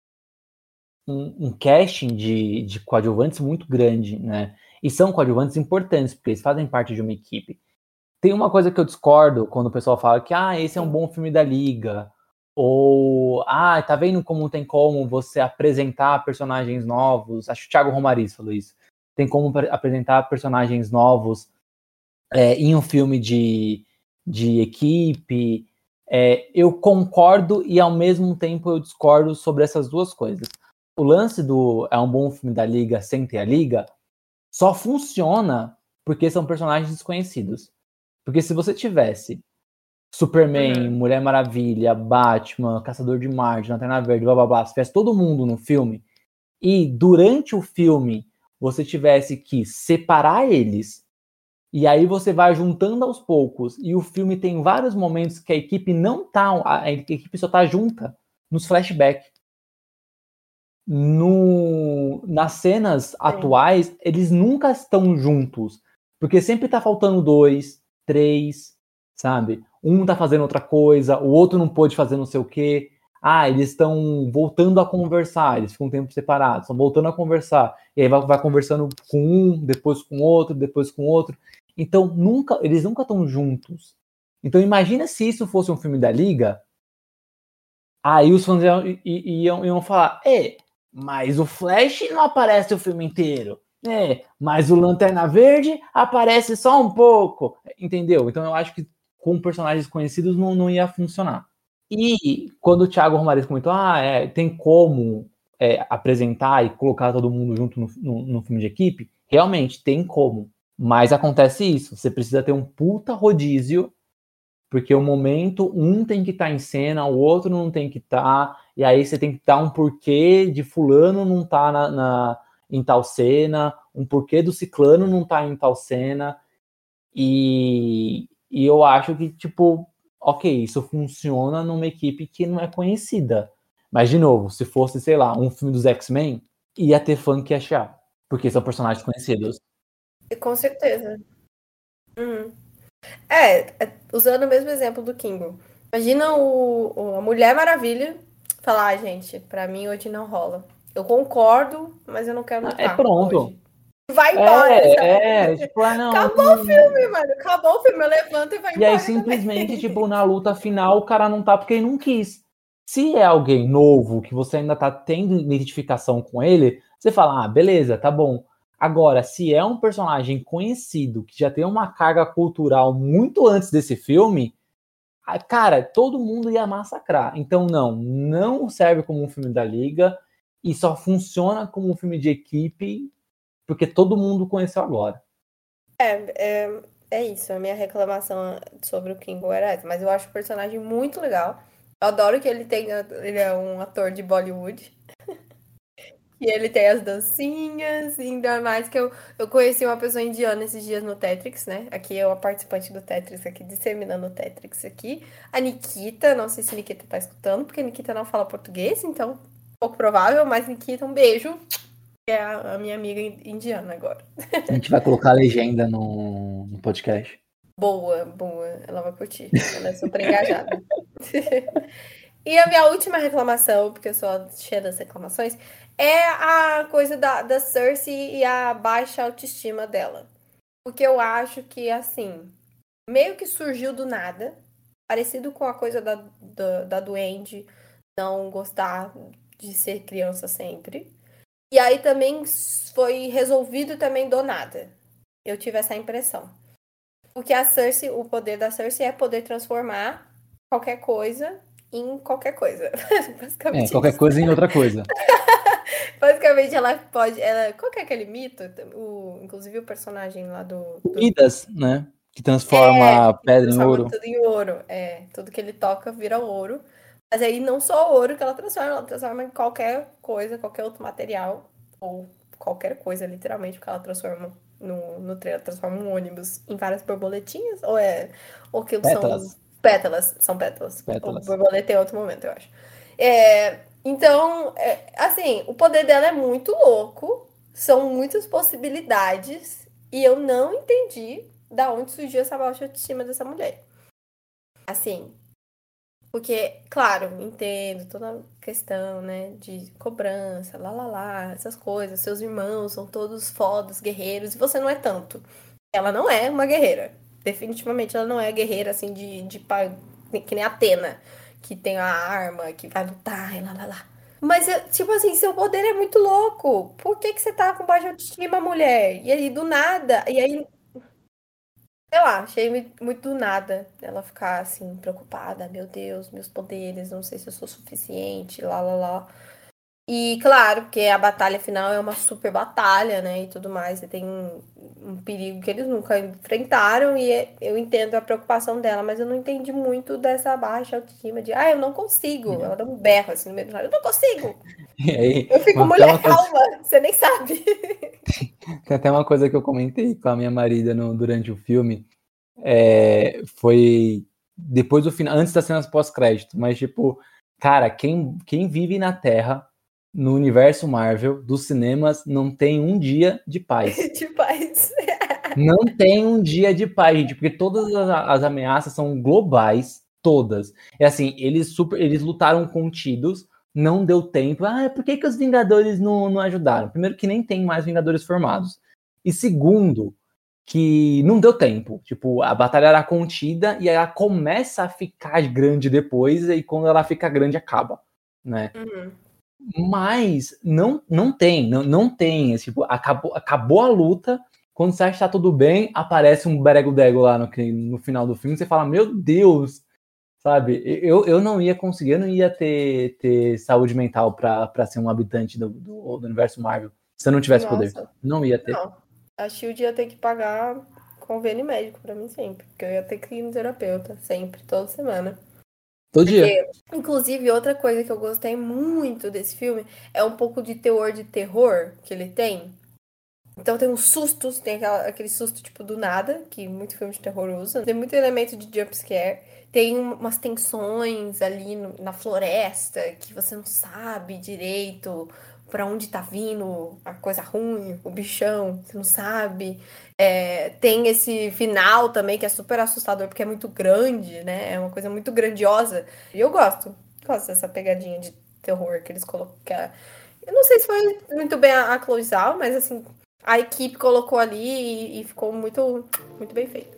um, um casting de, de coadjuvantes muito grande, né? E são coadjuvantes importantes, porque eles fazem parte de uma equipe. Tem uma coisa que eu discordo quando o pessoal fala que ah, esse é um bom filme da Liga, ou ah, tá vendo como tem como você apresentar personagens novos? Acho que o Thiago Romariz falou isso. Tem como apresentar personagens novos é, em um filme de, de equipe. É, eu concordo e ao mesmo tempo eu discordo sobre essas duas coisas. O lance do é um bom filme da Liga sem ter a Liga só funciona porque são personagens desconhecidos. Porque se você tivesse Superman, uhum. Mulher Maravilha, Batman, Caçador de Marte, Lanterna Verde, blá blá blá, se tivesse todo mundo no filme, e durante o filme você tivesse que separar eles, e aí você vai juntando aos poucos, e o filme tem vários momentos que a equipe não tá, a equipe só tá junta nos flashbacks. No, nas cenas Sim. atuais, eles nunca estão juntos, porque sempre tá faltando dois, três, sabe? Um tá fazendo outra coisa, o outro não pôde fazer não sei o quê. Ah, eles estão voltando a conversar, eles ficam um tempo separados, estão voltando a conversar. E aí vai, vai conversando com um, depois com outro, depois com outro. Então, nunca, eles nunca estão juntos. Então, imagina se isso fosse um filme da Liga, aí os fãs iam, iam, iam falar, é, mas o Flash não aparece o filme inteiro. É, mas o Lanterna Verde aparece só um pouco. Entendeu? Então eu acho que com personagens conhecidos não, não ia funcionar. E quando o Thiago Romariz comentou, ah, é, tem como é, apresentar e colocar todo mundo junto no, no, no filme de equipe, realmente tem como. Mas acontece isso, você precisa ter um puta rodízio, porque o momento, um tem que estar em cena, o outro não tem que estar, e aí você tem que dar um porquê de fulano não estar na, na, em tal cena, um porquê do ciclano não estar em tal cena, e, e eu acho que, tipo, ok, isso funciona numa equipe que não é conhecida. Mas, de novo, se fosse, sei lá, um filme dos X-Men, ia ter fã que ia achar, porque são personagens conhecidos. Com certeza. Uhum. É, é, usando o mesmo exemplo do Kingo. Imagina o, o, a Mulher Maravilha falar, ah, gente, pra mim hoje não rola. Eu concordo, mas eu não quero lutar. É pronto. Hoje. Vai embora. É, é tipo, ah, não, acabou não... o filme, mano. Acabou o filme. Eu levanto e vai e embora. E aí, simplesmente, também. tipo, na luta final, o cara não tá porque ele não quis. Se é alguém novo, que você ainda tá tendo identificação com ele, você fala, ah, beleza, tá bom. Agora, se é um personagem conhecido, que já tem uma carga cultural muito antes desse filme, cara, todo mundo ia massacrar. Então, não, não serve como um filme da Liga e só funciona como um filme de equipe porque todo mundo conheceu agora. É, é, é isso. A minha reclamação sobre o Kingo era essa. Mas eu acho o personagem muito legal. Eu adoro que ele tenha, ele é um ator de Bollywood. E ele tem as dancinhas, e ainda mais que eu, eu conheci uma pessoa indiana esses dias no Tetrix, né? Aqui é uma participante do Tetrix aqui, disseminando o Tetrix aqui. A Nikita, não sei se a Nikita tá escutando, porque a Nikita não fala português, então pouco provável, mas Nikita, um beijo. Que é a, a minha amiga indiana agora. A gente vai colocar a legenda no, no podcast. Boa, boa. Ela vai curtir. Ela é super engajada. E a minha última reclamação, porque eu sou cheia das reclamações, é a coisa da, da Cersei e a baixa autoestima dela. Porque eu acho que, assim, meio que surgiu do nada, parecido com a coisa da, da, da Duende não gostar de ser criança sempre. E aí também foi resolvido também do nada. Eu tive essa impressão. Porque a Cersei, o poder da Cersei é poder transformar qualquer coisa em qualquer coisa. Basicamente é, qualquer isso. coisa em outra coisa. Basicamente, ela pode... Ela, qual que é aquele mito? O, inclusive o personagem lá do... do... Midas, né? Que transforma é, pedra transforma em ouro. tudo em ouro. É, tudo que ele toca vira ouro. Mas aí não só ouro que ela transforma, ela transforma em qualquer coisa, qualquer outro material. Ou qualquer coisa, literalmente, porque ela transforma no, no trailer, transforma um ônibus em várias borboletinhas. Ou é... Ou que Pétalas. são... Pétalas, são pétalas. Pétalas. O borboleta é outro momento, eu acho. É, então, é, assim, o poder dela é muito louco. São muitas possibilidades. E eu não entendi da onde surgiu essa baixa autoestima dessa mulher. Assim, porque, claro, entendo toda a questão, né, de cobrança, lá, lá, lá, essas coisas. Seus irmãos são todos fodas, guerreiros, e você não é tanto. Ela não é uma guerreira. Definitivamente ela não é guerreira, assim, de, de que nem a Athena, que tem a arma, que vai lutar, e lá, lá, lá. Mas, tipo assim, seu poder é muito louco. Por que que você tá com baixa autoestima, mulher? E aí, do nada, e aí... Sei lá, achei muito do nada ela ficar, assim, preocupada. Meu Deus, meus poderes, não sei se eu sou suficiente, lá, lá, lá. E, claro, porque a batalha final é uma super batalha, né, e tudo mais. E tem um, um perigo que eles nunca enfrentaram e eu entendo a preocupação dela, mas eu não entendi muito dessa baixa autoestima de, ah, eu não consigo. Ela dá um berro, assim, no meio do nada, eu não consigo. E aí, Eu fico, mulher, calma, coisa... você nem sabe. Tem até uma coisa que eu comentei com a minha marida no, durante o filme, é, foi depois do final, antes das cenas pós-crédito, mas tipo, cara, quem, quem vive na Terra, no universo Marvel, dos cinemas, não tem um dia de paz. De paz. Não tem um dia de paz, gente, porque todas as, as ameaças são globais, todas. É assim, eles, super, eles lutaram contidos, não deu tempo. Ah, por que, que os Vingadores não, não ajudaram? Primeiro, que nem tem mais Vingadores formados. E segundo, que não deu tempo. Tipo, a batalha era contida e ela começa a ficar grande depois, e quando ela fica grande, acaba, né? Uhum. Mas não, não tem, não, não tem. Tipo, acabou, acabou a luta, quando você acha que tá tudo bem, aparece um berego-dego lá no, no final do filme, você fala, meu Deus, sabe? Eu, eu não ia conseguir, eu não ia ter, ter saúde mental pra, pra ser um habitante do, do, do universo Marvel, se eu não tivesse Nossa. poder. Não ia ter. Não. A Shield ia ter que pagar convênio médico pra mim sempre, porque eu ia ter que ir no terapeuta, sempre, toda semana. Todo porque, dia. Inclusive, outra coisa que eu gostei muito desse filme é um pouco de teor de terror que ele tem. Então tem uns sustos, tem aquela, aquele susto tipo do nada, que muito filme de terror usa. Tem muito elemento de jumpscare. Tem umas tensões ali no, na floresta, que você não sabe direito pra onde tá vindo a coisa ruim, o bichão, você não sabe. É, tem esse final também, que é super assustador, porque é muito grande, né? É uma coisa muito grandiosa. E eu gosto, gosto dessa pegadinha de terror que eles colocaram. Eu não sei se foi muito bem a, a Chloe Zhao, mas assim, a equipe colocou ali e, e ficou muito, muito bem feito.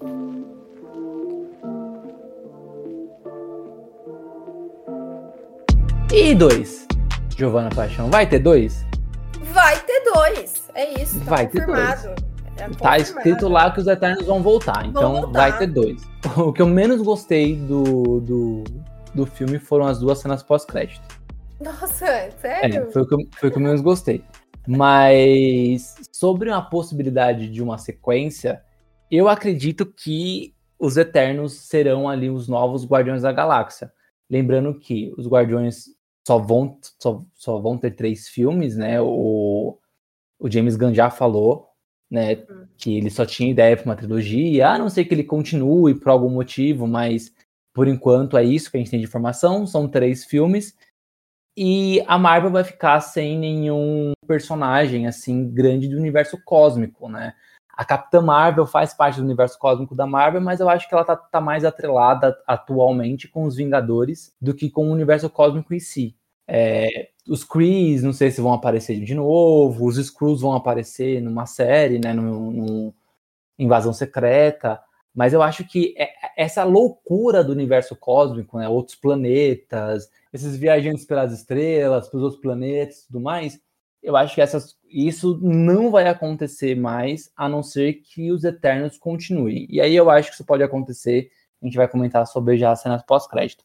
E dois? Giovana Paixão, vai ter dois? Vai ter dois, é isso, tá vai confirmado. Ter dois. É tá escrito lá que os Eternos vão voltar, então vão voltar. Vai ter dois. O que eu menos gostei do, do, do filme foram as duas cenas pós-crédito. Nossa, sério? É, foi o que eu, foi o que eu menos gostei. Mas sobre a possibilidade de uma sequência, eu acredito que os Eternos serão ali os novos Guardiões da Galáxia. Lembrando que os Guardiões só vão, só, só vão ter três filmes, né? O, o James Gunn já falou, né, hum. que ele só tinha ideia para uma trilogia, a não ser que ele continue por algum motivo, mas por enquanto é isso que a gente tem de informação, são três filmes, e a Marvel vai ficar sem nenhum personagem, assim, grande do universo cósmico, né? A Capitã Marvel faz parte do universo cósmico da Marvel, mas eu acho que ela tá, tá mais atrelada atualmente com os Vingadores do que com o universo cósmico em si. É, os Krees, não sei se vão aparecer de novo, os Skrulls vão aparecer numa série, né, no, no Invasão Secreta, mas eu acho que essa loucura do universo cósmico, né, outros planetas, esses viajantes pelas estrelas, pelos outros planetas e tudo mais, eu acho que essas, isso não vai acontecer mais, a não ser que os Eternos continuem. E aí eu acho que isso pode acontecer, a gente vai comentar sobre já as cenas pós-crédito.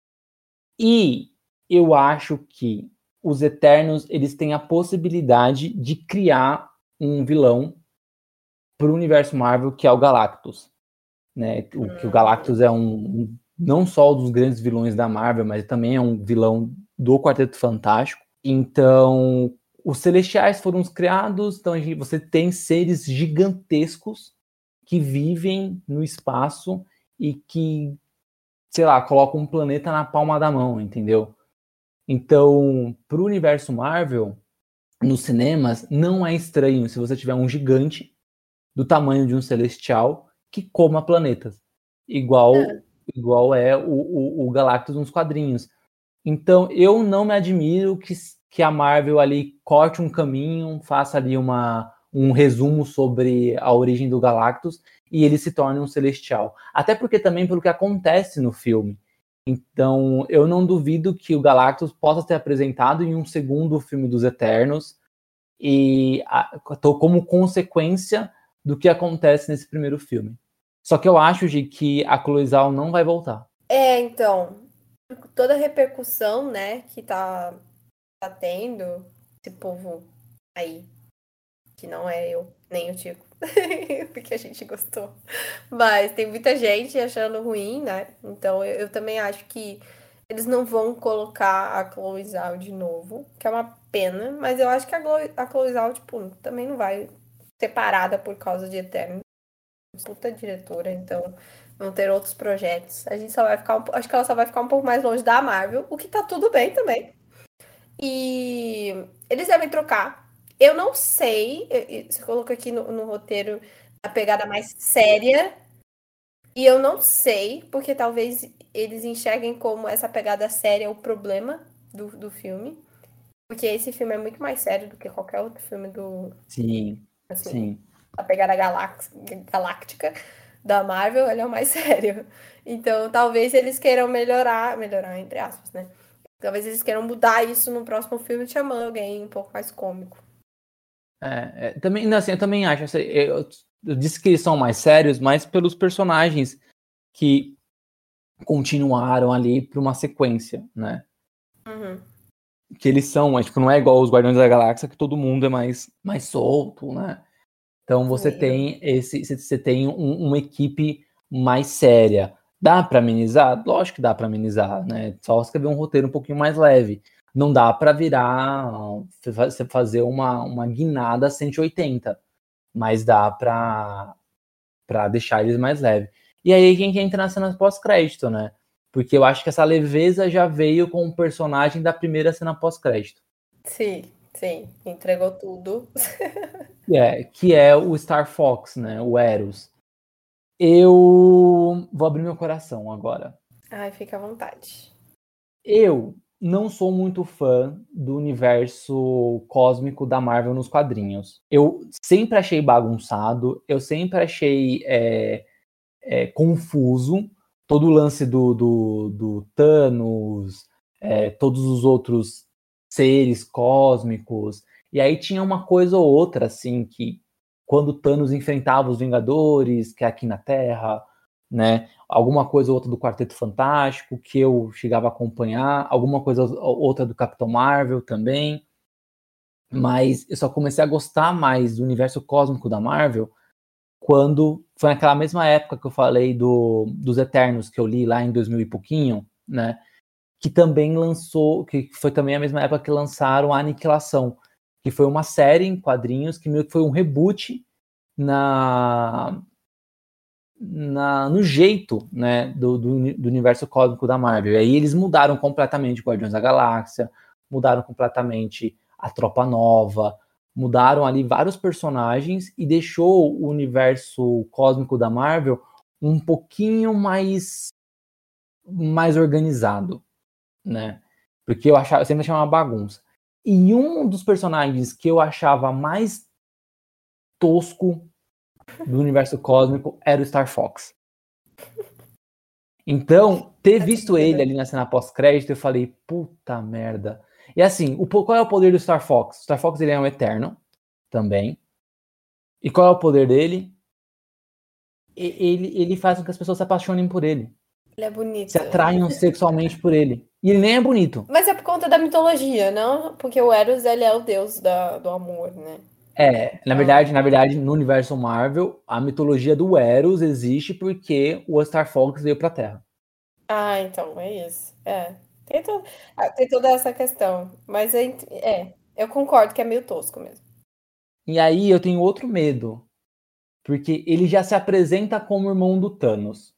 E eu acho que os Eternos, eles têm a possibilidade de criar um vilão para o universo Marvel, que é o Galactus. Né? O, que o Galactus é um, um, não só um dos grandes vilões da Marvel, mas também é um vilão do Quarteto Fantástico. Então, os Celestiais foram criados, então a gente, você tem seres gigantescos que vivem no espaço e que, sei lá, colocam um planeta na palma da mão, entendeu? Então, para o universo Marvel, nos cinemas, não é estranho se você tiver um gigante do tamanho de um celestial que coma planetas, igual é, igual é o, o, o Galactus nos quadrinhos. Então, eu não me admiro que, que a Marvel ali corte um caminho, faça ali uma, um resumo sobre a origem do Galactus e ele se torne um celestial. Até porque também pelo que acontece no filme. Então, eu não duvido que o Galactus possa ser apresentado em um segundo filme dos Eternos e a, como consequência do que acontece nesse primeiro filme. Só que eu acho, Gi, que a Chloe Zhao não vai voltar. É, então, toda a repercussão, né, que tá, tá tendo, esse povo aí, que não é eu, nem o Tico, porque a gente gostou. Mas tem muita gente achando ruim, né? Então eu, eu também acho que eles não vão colocar a Chloe Zhao de novo, que é uma pena, mas eu acho que a Chloe, a Chloe Zhao, tipo, também não vai ser parada por causa de Eterno. Puta diretora, então vão ter outros projetos. A gente só vai ficar, um, acho que ela só vai ficar um pouco mais longe da Marvel, o que tá tudo bem também. E eles devem trocar. Eu não sei, você colocou aqui no, no roteiro a pegada mais séria, e eu não sei, porque talvez eles enxerguem como essa pegada séria o problema do, do filme, porque esse filme é muito mais sério do que qualquer outro filme do... Sim, assim, sim. A pegada galax, galáctica da Marvel, ele é o mais sério. Então, talvez eles queiram melhorar, melhorar entre aspas, né? Talvez eles queiram mudar isso no próximo filme, chamando alguém um pouco mais cômico. É, é, também, assim, eu também acho. Assim, eu, eu disse que eles são mais sérios, mas pelos personagens que continuaram ali para uma sequência, né? Uhum. Que eles são, mas, tipo, não é igual os Guardiões da Galáxia, que todo mundo é mais, mais solto, né? Então você Sim. tem esse, você tem um, uma equipe mais séria. Dá para amenizar? Lógico que dá para amenizar, né? Só escrever um roteiro um pouquinho mais leve. Não dá para virar, você fazer uma, uma guinada cento e oitenta, mas dá para para deixar eles mais leves. E aí quem que entra nas cenas pós-crédito, né? Porque eu acho que essa leveza já veio com o personagem da primeira cena pós-crédito. Sim, sim, entregou tudo. É, que é o Star Fox, né? O Eros. Eu vou abrir meu coração agora. Ai, fica à vontade. Eu não sou muito fã do universo cósmico da Marvel nos quadrinhos. Eu sempre achei bagunçado, eu sempre achei é, é, confuso todo o lance do, do, do Thanos, é, todos os outros seres cósmicos. E aí tinha uma coisa ou outra, assim, que quando Thanos enfrentava os Vingadores, que é aqui na Terra, né? Alguma coisa ou outra do Quarteto Fantástico, que eu chegava a acompanhar, alguma coisa ou outra do Capitão Marvel também. Mas eu só comecei a gostar mais do universo cósmico da Marvel quando foi naquela mesma época que eu falei do, dos Eternos, que eu li lá em dois mil e pouquinho, né? que também lançou, que foi também a mesma época que lançaram a Aniquilação, que foi uma série em quadrinhos que meio que foi um reboot na, na, no jeito, né, do, do, do universo cósmico da Marvel. E aí eles mudaram completamente Guardiões da Galáxia, mudaram completamente a Tropa Nova, mudaram ali vários personagens e deixou o universo cósmico da Marvel um pouquinho mais, mais organizado, né? Porque eu, achava, eu sempre achava uma bagunça. E um dos personagens que eu achava mais tosco do universo cósmico era o Star Fox. Então, ter visto ele ali na cena pós-crédito, eu falei, puta merda. E assim, o, qual é o poder do Star Fox? O Star Fox ele é um eterno também. E qual é o poder dele? Ele, ele faz com que as pessoas se apaixonem por ele. Ele é bonito. Se atraiam sexualmente por ele. E ele nem é bonito. Mas é por conta da mitologia, não? Porque o Eros, ele é o deus da, do amor, né? É, na verdade, na verdade, no universo Marvel, a mitologia do Eros existe porque o Star Fox veio pra Terra. Ah, então, é isso. É. Tem, to... tem toda essa questão. Mas é, é, eu concordo que é meio tosco mesmo. E aí eu tenho outro medo. Porque ele já se apresenta como irmão do Thanos.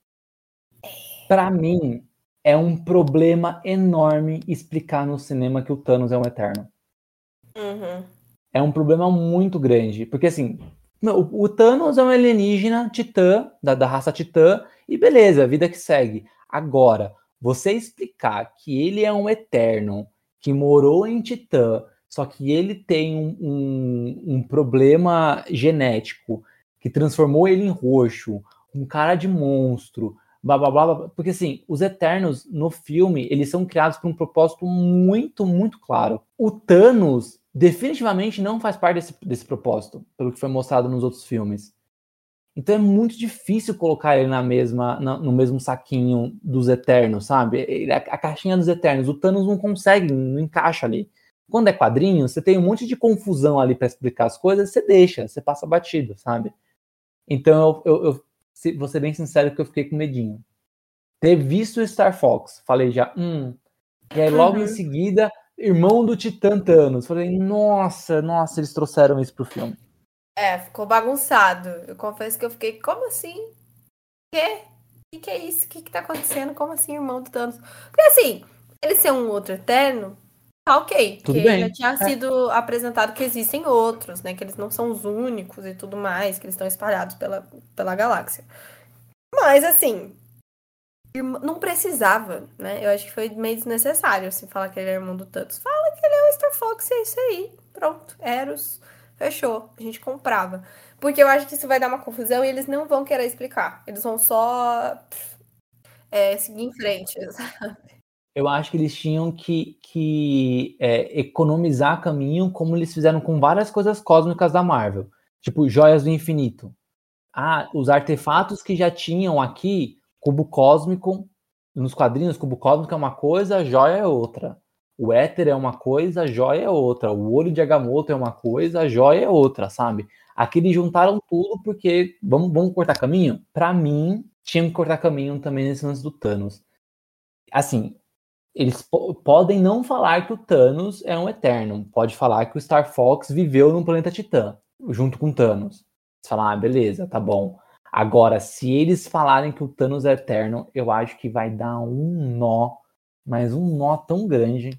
Pra mim, é um problema enorme explicar no cinema que o Thanos é um Eterno. Uhum. É um problema muito grande. Porque, assim, o, o Thanos é um alienígena titã, da, da raça titã, e beleza, vida que segue. Agora, você explicar que ele é um Eterno, que morou em Titã, só que ele tem um, um, um problema genético que transformou ele em roxo, um cara de monstro, blá, blá, blá, blá. Porque, assim, os Eternos, no filme, eles são criados por um propósito muito, muito claro. O Thanos definitivamente não faz parte desse, desse propósito, pelo que foi mostrado nos outros filmes. Então é muito difícil colocar ele na mesma, na, no mesmo saquinho dos Eternos, sabe? Ele, a, a caixinha dos Eternos, o Thanos não consegue, não encaixa ali. Quando é quadrinho, você tem um monte de confusão ali para explicar as coisas, você deixa, você passa batido, sabe? Então eu, eu, eu vou ser bem sincero que eu fiquei com medinho. Ter visto o Star Fox, falei já, hum. E aí logo uhum. em seguida, irmão do Titã Thanos. Falei, nossa, nossa, eles trouxeram isso pro filme. É, ficou bagunçado. Eu confesso que eu fiquei, como assim? Quê? O que, que é isso? O que, que tá acontecendo? Como assim, irmão do Thanos? Porque assim, ele ser um outro Eterno, tá ok. Tudo porque bem. já tinha é. sido apresentado que existem outros, né? Que eles não são os únicos e tudo mais, que eles estão espalhados pela, pela galáxia. Mas, assim, não precisava, né? Eu acho que foi meio desnecessário, assim, falar que ele é irmão do Thanos. Fala que ele é o Star Fox e é isso aí. Pronto, Eros... Fechou, a gente comprava. Porque eu acho que isso vai dar uma confusão e eles não vão querer explicar. Eles vão só é, seguir em frente, sabe? Eu acho que eles tinham que, que é, economizar caminho, como eles fizeram com várias coisas cósmicas da Marvel. Tipo, Joias do Infinito. Ah, os artefatos que já tinham aqui, cubo cósmico, nos quadrinhos, cubo cósmico é uma coisa, joia é outra. O éter é uma coisa, a joia é outra. O olho de Agamotto é uma coisa, a joia é outra, sabe? Aqui eles juntaram tudo porque... Vamos, vamos cortar caminho? Pra mim, tinham que cortar caminho também nesse lance do Thanos. Assim, eles po- podem não falar que o Thanos é um Eterno. Pode falar que o Star Fox viveu num planeta Titã, junto com o Thanos. Você fala, ah, beleza, tá bom. Agora, se eles falarem que o Thanos é Eterno, eu acho que vai dar um nó, mas um nó tão grande...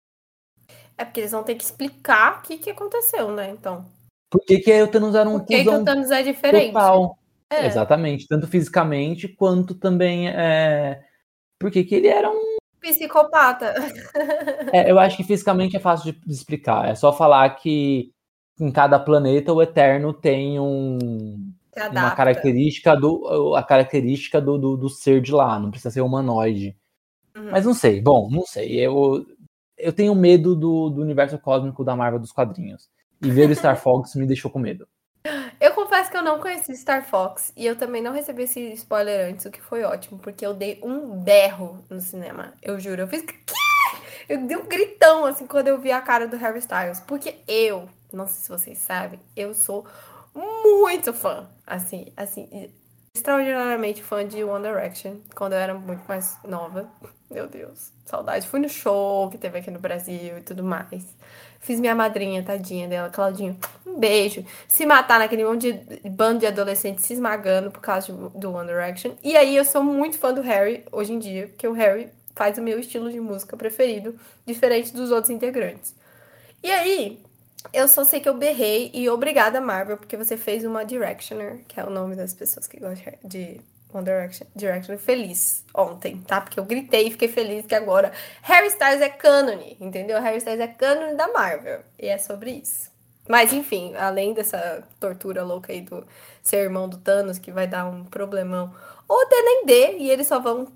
É porque eles vão ter que explicar o que, que aconteceu, né? Então. Por que, que o Thanos era um Por que, que o Thanos é diferente? Total. É. Exatamente. Tanto fisicamente, quanto também... É... Por que, que ele era um... Psicopata. É, eu acho que fisicamente é fácil de, de explicar. É só falar que em cada planeta o Eterno tem um... uma característica, do, a característica do, do, do ser de lá. Não precisa ser humanoide. Uhum. Mas não sei. Bom, não sei. Eu... Eu tenho medo do, do universo cósmico da Marvel dos quadrinhos. E ver o Star Fox me deixou com medo. Eu confesso que eu não conheci Star Fox. E eu também não recebi esse spoiler antes, o que foi ótimo. Porque eu dei um berro no cinema. Eu juro. Eu fiz... Quê? Eu dei um gritão, assim, quando eu vi a cara do Harry Styles. Porque eu, não sei se vocês sabem, eu sou muito fã. Assim, assim... extraordinariamente fã de One Direction, quando eu era muito mais nova. Meu Deus, saudade. Fui no show que teve aqui no Brasil e tudo mais. Fiz minha madrinha, tadinha dela, Claudinho. Um beijo. Se matar naquele monte de bando de adolescentes se esmagando por causa de, do One Direction. E aí eu sou muito fã do Harry hoje em dia, porque o Harry faz o meu estilo de música preferido, diferente dos outros integrantes. E aí, eu só sei que eu berrei e obrigada, Marvel, porque você fez uma Directioner, que é o nome das pessoas que gostam de One Direction, Directioner, feliz ontem, tá? Porque eu gritei e fiquei feliz que agora Harry Styles é cânone, entendeu? Harry Styles é cânone da Marvel. E é sobre isso. Mas, enfim, além dessa tortura louca aí do ser irmão do Thanos, que vai dar um problemão, ou até nem dê, e eles só vão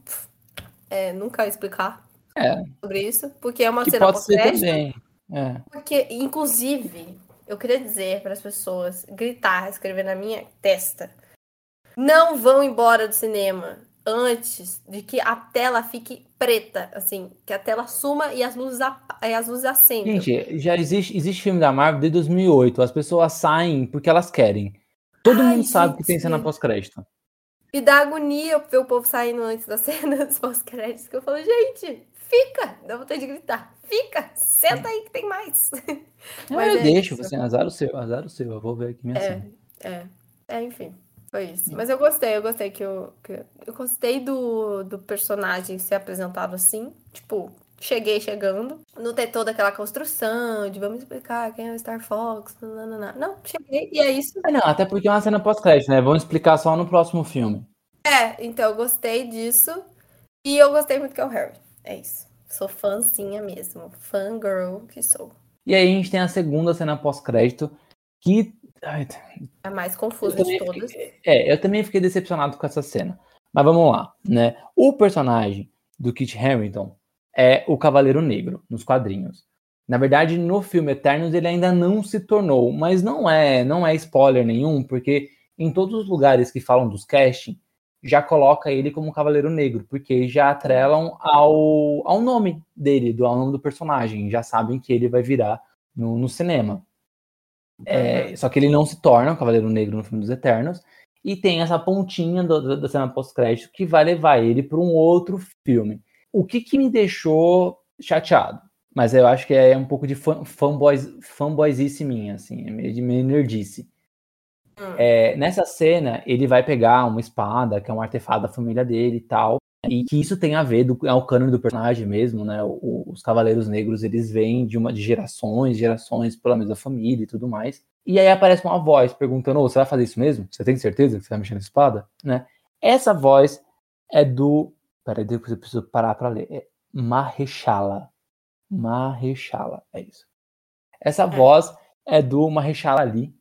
é, nunca explicar É. sobre isso, porque é uma Que cena pode ser pós-crédito. também. É. Porque, inclusive, eu queria dizer para as pessoas gritar, escrever na minha testa: não vão embora do cinema antes de que a tela fique preta, assim, que a tela suma e as luzes, ap- e as luzes acendam. Gente, já existe, existe filme da Marvel desde dois mil e oito. As pessoas saem porque elas querem. Todo Ai, mundo sabe gente, que tem cena pós-crédito. E dá agonia ver o povo saindo antes das cenas pós-créditos, que eu falo, gente, fica, dá vontade de gritar, fica, senta aí que tem mais. Mas eu é deixo, isso. você, azar o seu, azar o seu. Eu vou ver aqui minha É, cena. é, é, enfim, foi isso. Mas eu gostei, eu gostei que eu, que eu, eu gostei do, do personagem ser apresentado assim, tipo, cheguei chegando, não ter toda aquela construção de vamos explicar quem é o Star Fox, não, não, não, não, cheguei e é isso. Ah, não, até porque é uma cena pós-crédito, né? Vamos explicar só no próximo filme. É, então eu gostei disso e eu gostei muito que é o Harry, é isso. Sou fãzinha mesmo, fangirl que sou. E aí a gente tem a segunda cena pós-crédito, que... Ai, É a mais eu confusa de também todas. fiquei- é, eu também fiquei decepcionado com essa cena. Mas vamos lá, né? O personagem do Kit Harington é o Cavaleiro Negro, nos quadrinhos. Na verdade, no filme Eternos ele ainda não se tornou, mas não é, não é spoiler nenhum, porque em todos os lugares que falam dos casting, já coloca ele como Cavaleiro Negro, porque já atrelam ao, ao nome dele, do, ao nome do personagem, já sabem que ele vai virar no, no cinema. É, só que ele não se torna o Cavaleiro Negro no filme dos Eternos, e tem essa pontinha do, do, da cena pós-crédito que vai levar ele para um outro filme. O que, que me deixou chateado? Mas eu acho que é um pouco de fan, fanboys, fanboyzice minha, assim, é meio de meio nerdice. Hum. É, nessa cena, ele vai pegar uma espada, que é um artefato da família dele e tal, e que isso tem a ver, do, é o cânone do personagem mesmo, né? O, os Cavaleiros Negros, eles vêm de, uma, de gerações, gerações pela mesma família e tudo mais. E aí aparece uma voz perguntando, oh, você vai fazer isso mesmo? Você tem certeza que você vai mexer na espada? Né? Essa voz é do... Peraí, depois eu preciso parar pra ler. É Mahershala. Mahershala, é isso. Essa É. voz é do Mahershala Ali,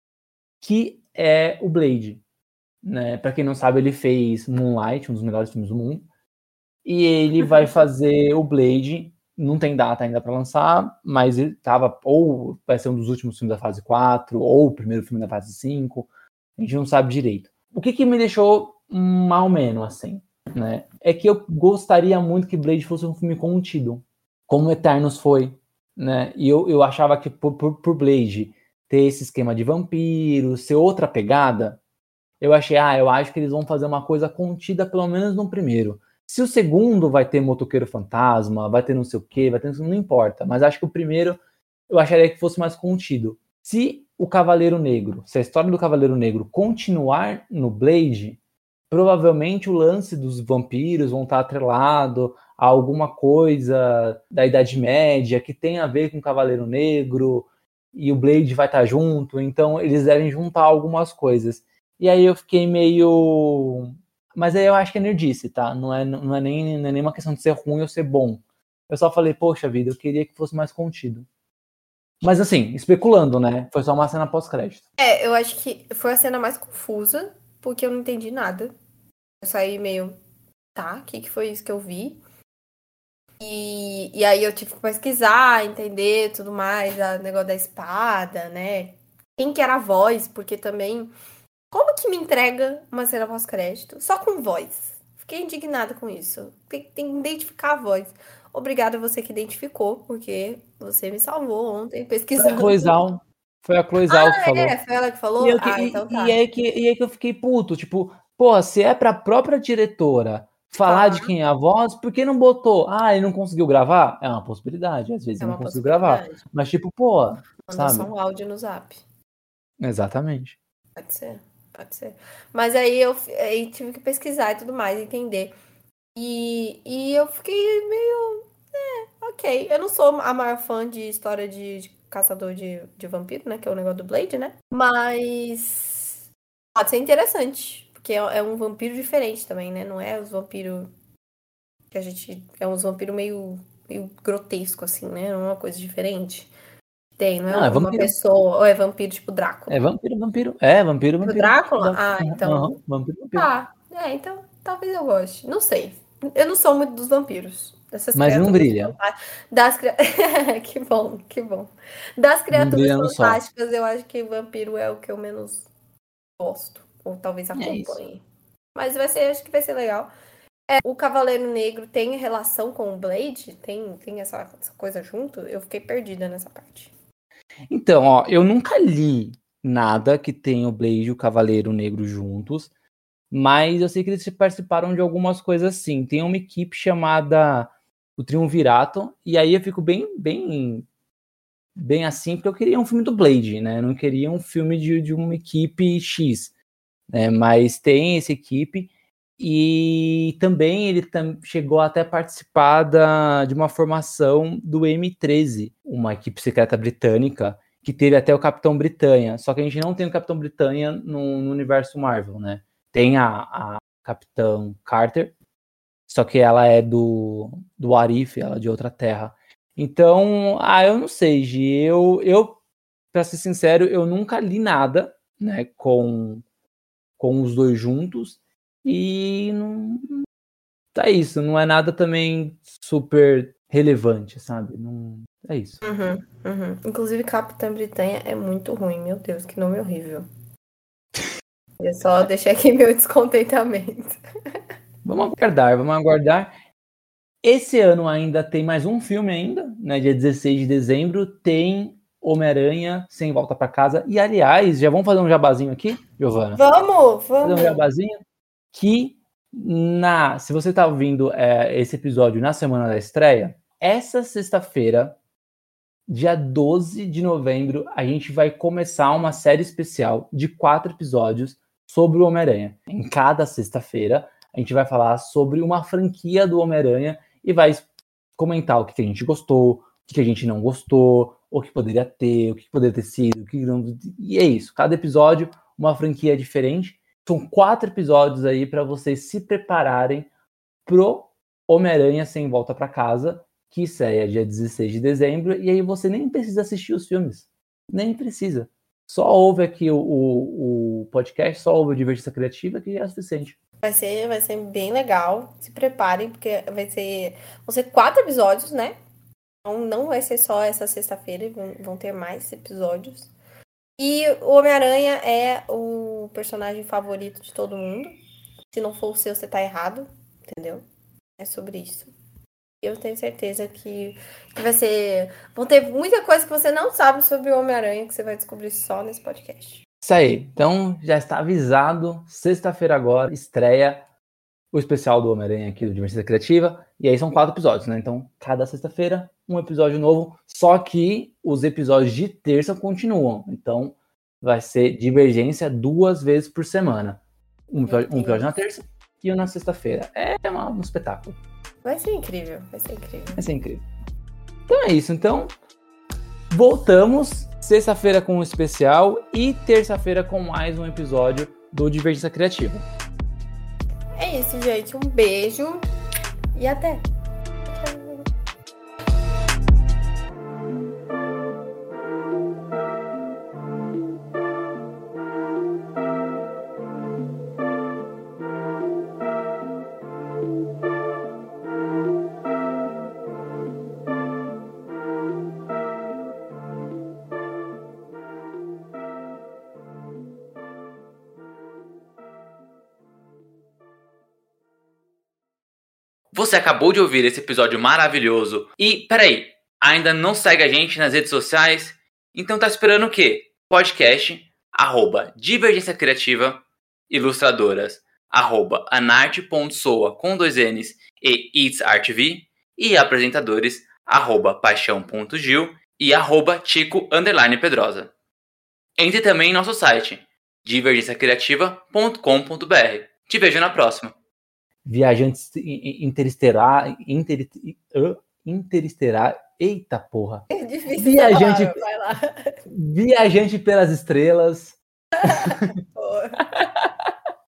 que é o Blade. Né? Pra quem não sabe, ele fez Moonlight, um dos melhores filmes do mundo. E ele vai fazer o Blade. Não tem data ainda pra lançar, mas ele tava, ou vai ser um dos últimos filmes da fase quatro, ou o primeiro filme da fase cinco. A gente não sabe direito. O que que me deixou mal menos, assim, né? É que eu gostaria muito que Blade fosse um filme contido, como Eternos foi, né? E eu, eu achava que por, por, por Blade ter esse esquema de vampiro, ser outra pegada, eu achei, ah, eu acho que eles vão fazer uma coisa contida, pelo menos no primeiro. Se o segundo vai ter motoqueiro fantasma, vai ter não sei o quê, vai ter não importa. Mas acho que o primeiro eu acharia que fosse mais contido. Se o Cavaleiro Negro, se a história do Cavaleiro Negro continuar no Blade, provavelmente o lance dos vampiros vão estar atrelado a alguma coisa da Idade Média que tem a ver com o Cavaleiro Negro e o Blade vai estar junto. Então eles devem juntar algumas coisas. E aí eu fiquei meio... Mas aí eu acho que é nerdice, tá? Não é, não, é nem, não é nem uma questão de ser ruim ou ser bom. Eu só falei, poxa vida, eu queria que fosse mais contido. Mas assim, especulando, né? Foi só uma cena pós-crédito. É, eu acho que foi a cena mais confusa, porque eu não entendi nada. Eu saí meio, tá, o que, que foi isso que eu vi? E, e aí eu tive que pesquisar, entender tudo mais, o negócio da espada, né? Quem que era a voz, porque também... Como que me entrega uma cena pós-crédito só com voz? Fiquei indignada com isso. Tem, tem que identificar a voz. Obrigada a você que identificou, porque você me salvou ontem pesquisando. Foi a Cloizal, foi a Cloizal ah, que falou. É, foi ela que falou? E, eu, ah, e, então tá. e, aí que, e aí que eu fiquei puto, tipo, Pô, se é pra própria diretora falar Ah. de quem é a voz, por que não botou? Ah, ele não conseguiu gravar? É uma possibilidade, às vezes É não uma conseguiu gravar. possibilidade. Mas tipo, pô, Mandar sabe? só um áudio no zap. Exatamente. Pode ser, pode ser. Mas aí eu fi- aí tive que pesquisar e tudo mais, entender. E, e eu fiquei meio. É, ok. Eu não sou a maior fã de história de, de caçador de, de vampiro, né? Que é o negócio do Blade, né? Mas pode ser interessante. Porque é, é um vampiro diferente também, né? Não é os vampiros que a gente. É uns vampiros meio, meio grotesco, assim, né? Não é uma coisa diferente. Tem, não é Não, é uma vampiro. pessoa. Ou é vampiro tipo Drácula? É vampiro, vampiro. É, vampiro, Tipo vampiro. Drácula? Ah, Aham, então. vampiro, vampiro. Tá. É, então talvez eu goste. Não sei. Eu não sou muito dos vampiros. Dessas Mas não criaturas brilha. fantásticas. Das cria... Que bom, que bom. Das criaturas brilha no sol. fantásticas, eu acho que vampiro é o que eu menos gosto. Ou talvez É isso. acompanhe. Mas vai ser, acho que vai ser legal. É, o Cavaleiro Negro tem relação com o Blade? Tem, tem essa, essa coisa junto? Eu fiquei perdida nessa parte. Então, ó, eu nunca li nada que tenha o Blade e o Cavaleiro Negro juntos, mas eu sei que eles participaram de algumas coisas assim. Tem uma equipe chamada o Triunvirato, e aí eu fico bem, bem, bem assim, porque eu queria um filme do Blade, né? Eu não queria um filme de, de uma equipe X, né? Mas tem essa equipe, e também ele tam- chegou até a participar da, de uma formação do M treze, uma equipe secreta britânica, que teve até o Capitão Britânia, só que a gente não tem o Capitão Britânia no, no universo Marvel, né? Tem a, a Capitã Carter, só que ela é do, do Arif, ela é de outra terra. Então, ah, eu não sei, Gi, eu, eu, pra ser sincero, eu nunca li nada, né, com, com os dois juntos, e não, é isso, não é nada também super relevante, sabe? Não, é isso. Uhum, uhum. Inclusive, Capitã Britânia é muito ruim. Meu Deus, que nome horrível. Eu só deixei aqui meu descontentamento. Vamos aguardar, vamos aguardar. Esse ano ainda tem mais um filme ainda, né? Dia dezesseis de dezembro tem Homem-Aranha Sem Volta Pra Casa. E, aliás, já vamos fazer um jabazinho aqui, Giovana? Vamos, Fazer um vamos. jabazinho que, na, se você tá ouvindo é, esse episódio na semana da estreia, essa sexta-feira, dia doze de novembro, a gente vai começar uma série especial de quatro episódios sobre o Homem-Aranha. Em cada sexta-feira, a gente vai falar sobre uma franquia do Homem-Aranha e vai comentar o que a gente gostou, o que a gente não gostou, o que poderia ter, o que poderia ter sido, o que não... E é isso. Cada episódio, uma franquia diferente. São quatro episódios aí para vocês se prepararem pro Homem-Aranha Sem Volta Pra Casa, que estreia dia dezesseis de dezembro, e aí você nem precisa assistir os filmes. Nem precisa. Só ouve aqui o, o, o podcast, só ouve o Divergência Criativa, que é suficiente. Vai ser, vai ser bem legal. Se preparem, porque vai ser. Vão ser quatro episódios, né? Então não vai ser só essa sexta-feira, vão, vão ter mais episódios. E o Homem-Aranha é o personagem favorito de todo mundo. Se não for o seu, você tá errado. Entendeu? É sobre isso. Eu tenho certeza que, que vai ser. Vão ter muita coisa que você não sabe sobre o Homem-Aranha que você vai descobrir só nesse podcast. Isso aí. Então, já está avisado. Sexta-feira agora, estreia o especial do Homem-Aranha aqui do Divergência Criativa. E aí são quatro episódios, né? Então, cada sexta-feira, um episódio novo. Só que os episódios de terça continuam. Então, vai ser Divergência duas vezes por semana. Um episódio, um episódio na terça e um na sexta-feira. É uma, um espetáculo. Vai ser incrível, vai ser incrível. Vai ser incrível. Então é isso. Então, voltamos sexta-feira com um especial e terça-feira com mais um episódio do Divergência Criativa. É isso, gente. Um beijo e até. Você acabou de ouvir esse episódio maravilhoso e, peraí, ainda não segue a gente nas redes sociais? Então tá esperando o quê? Podcast, arroba Divergência Criativa, Ilustradoras. arroba anarte.soa com dois N's e itsartv, e apresentadores, arroba paixão.gil e arroba tico underline pedrosa. Entre também em nosso site, divergência criativa ponto com ponto b r. Te vejo na próxima. Viajantes interestelar, inter, uh, interestelar, eita porra. É difícil Viajante, falar, vai lá. Viajante pelas estrelas. Porra.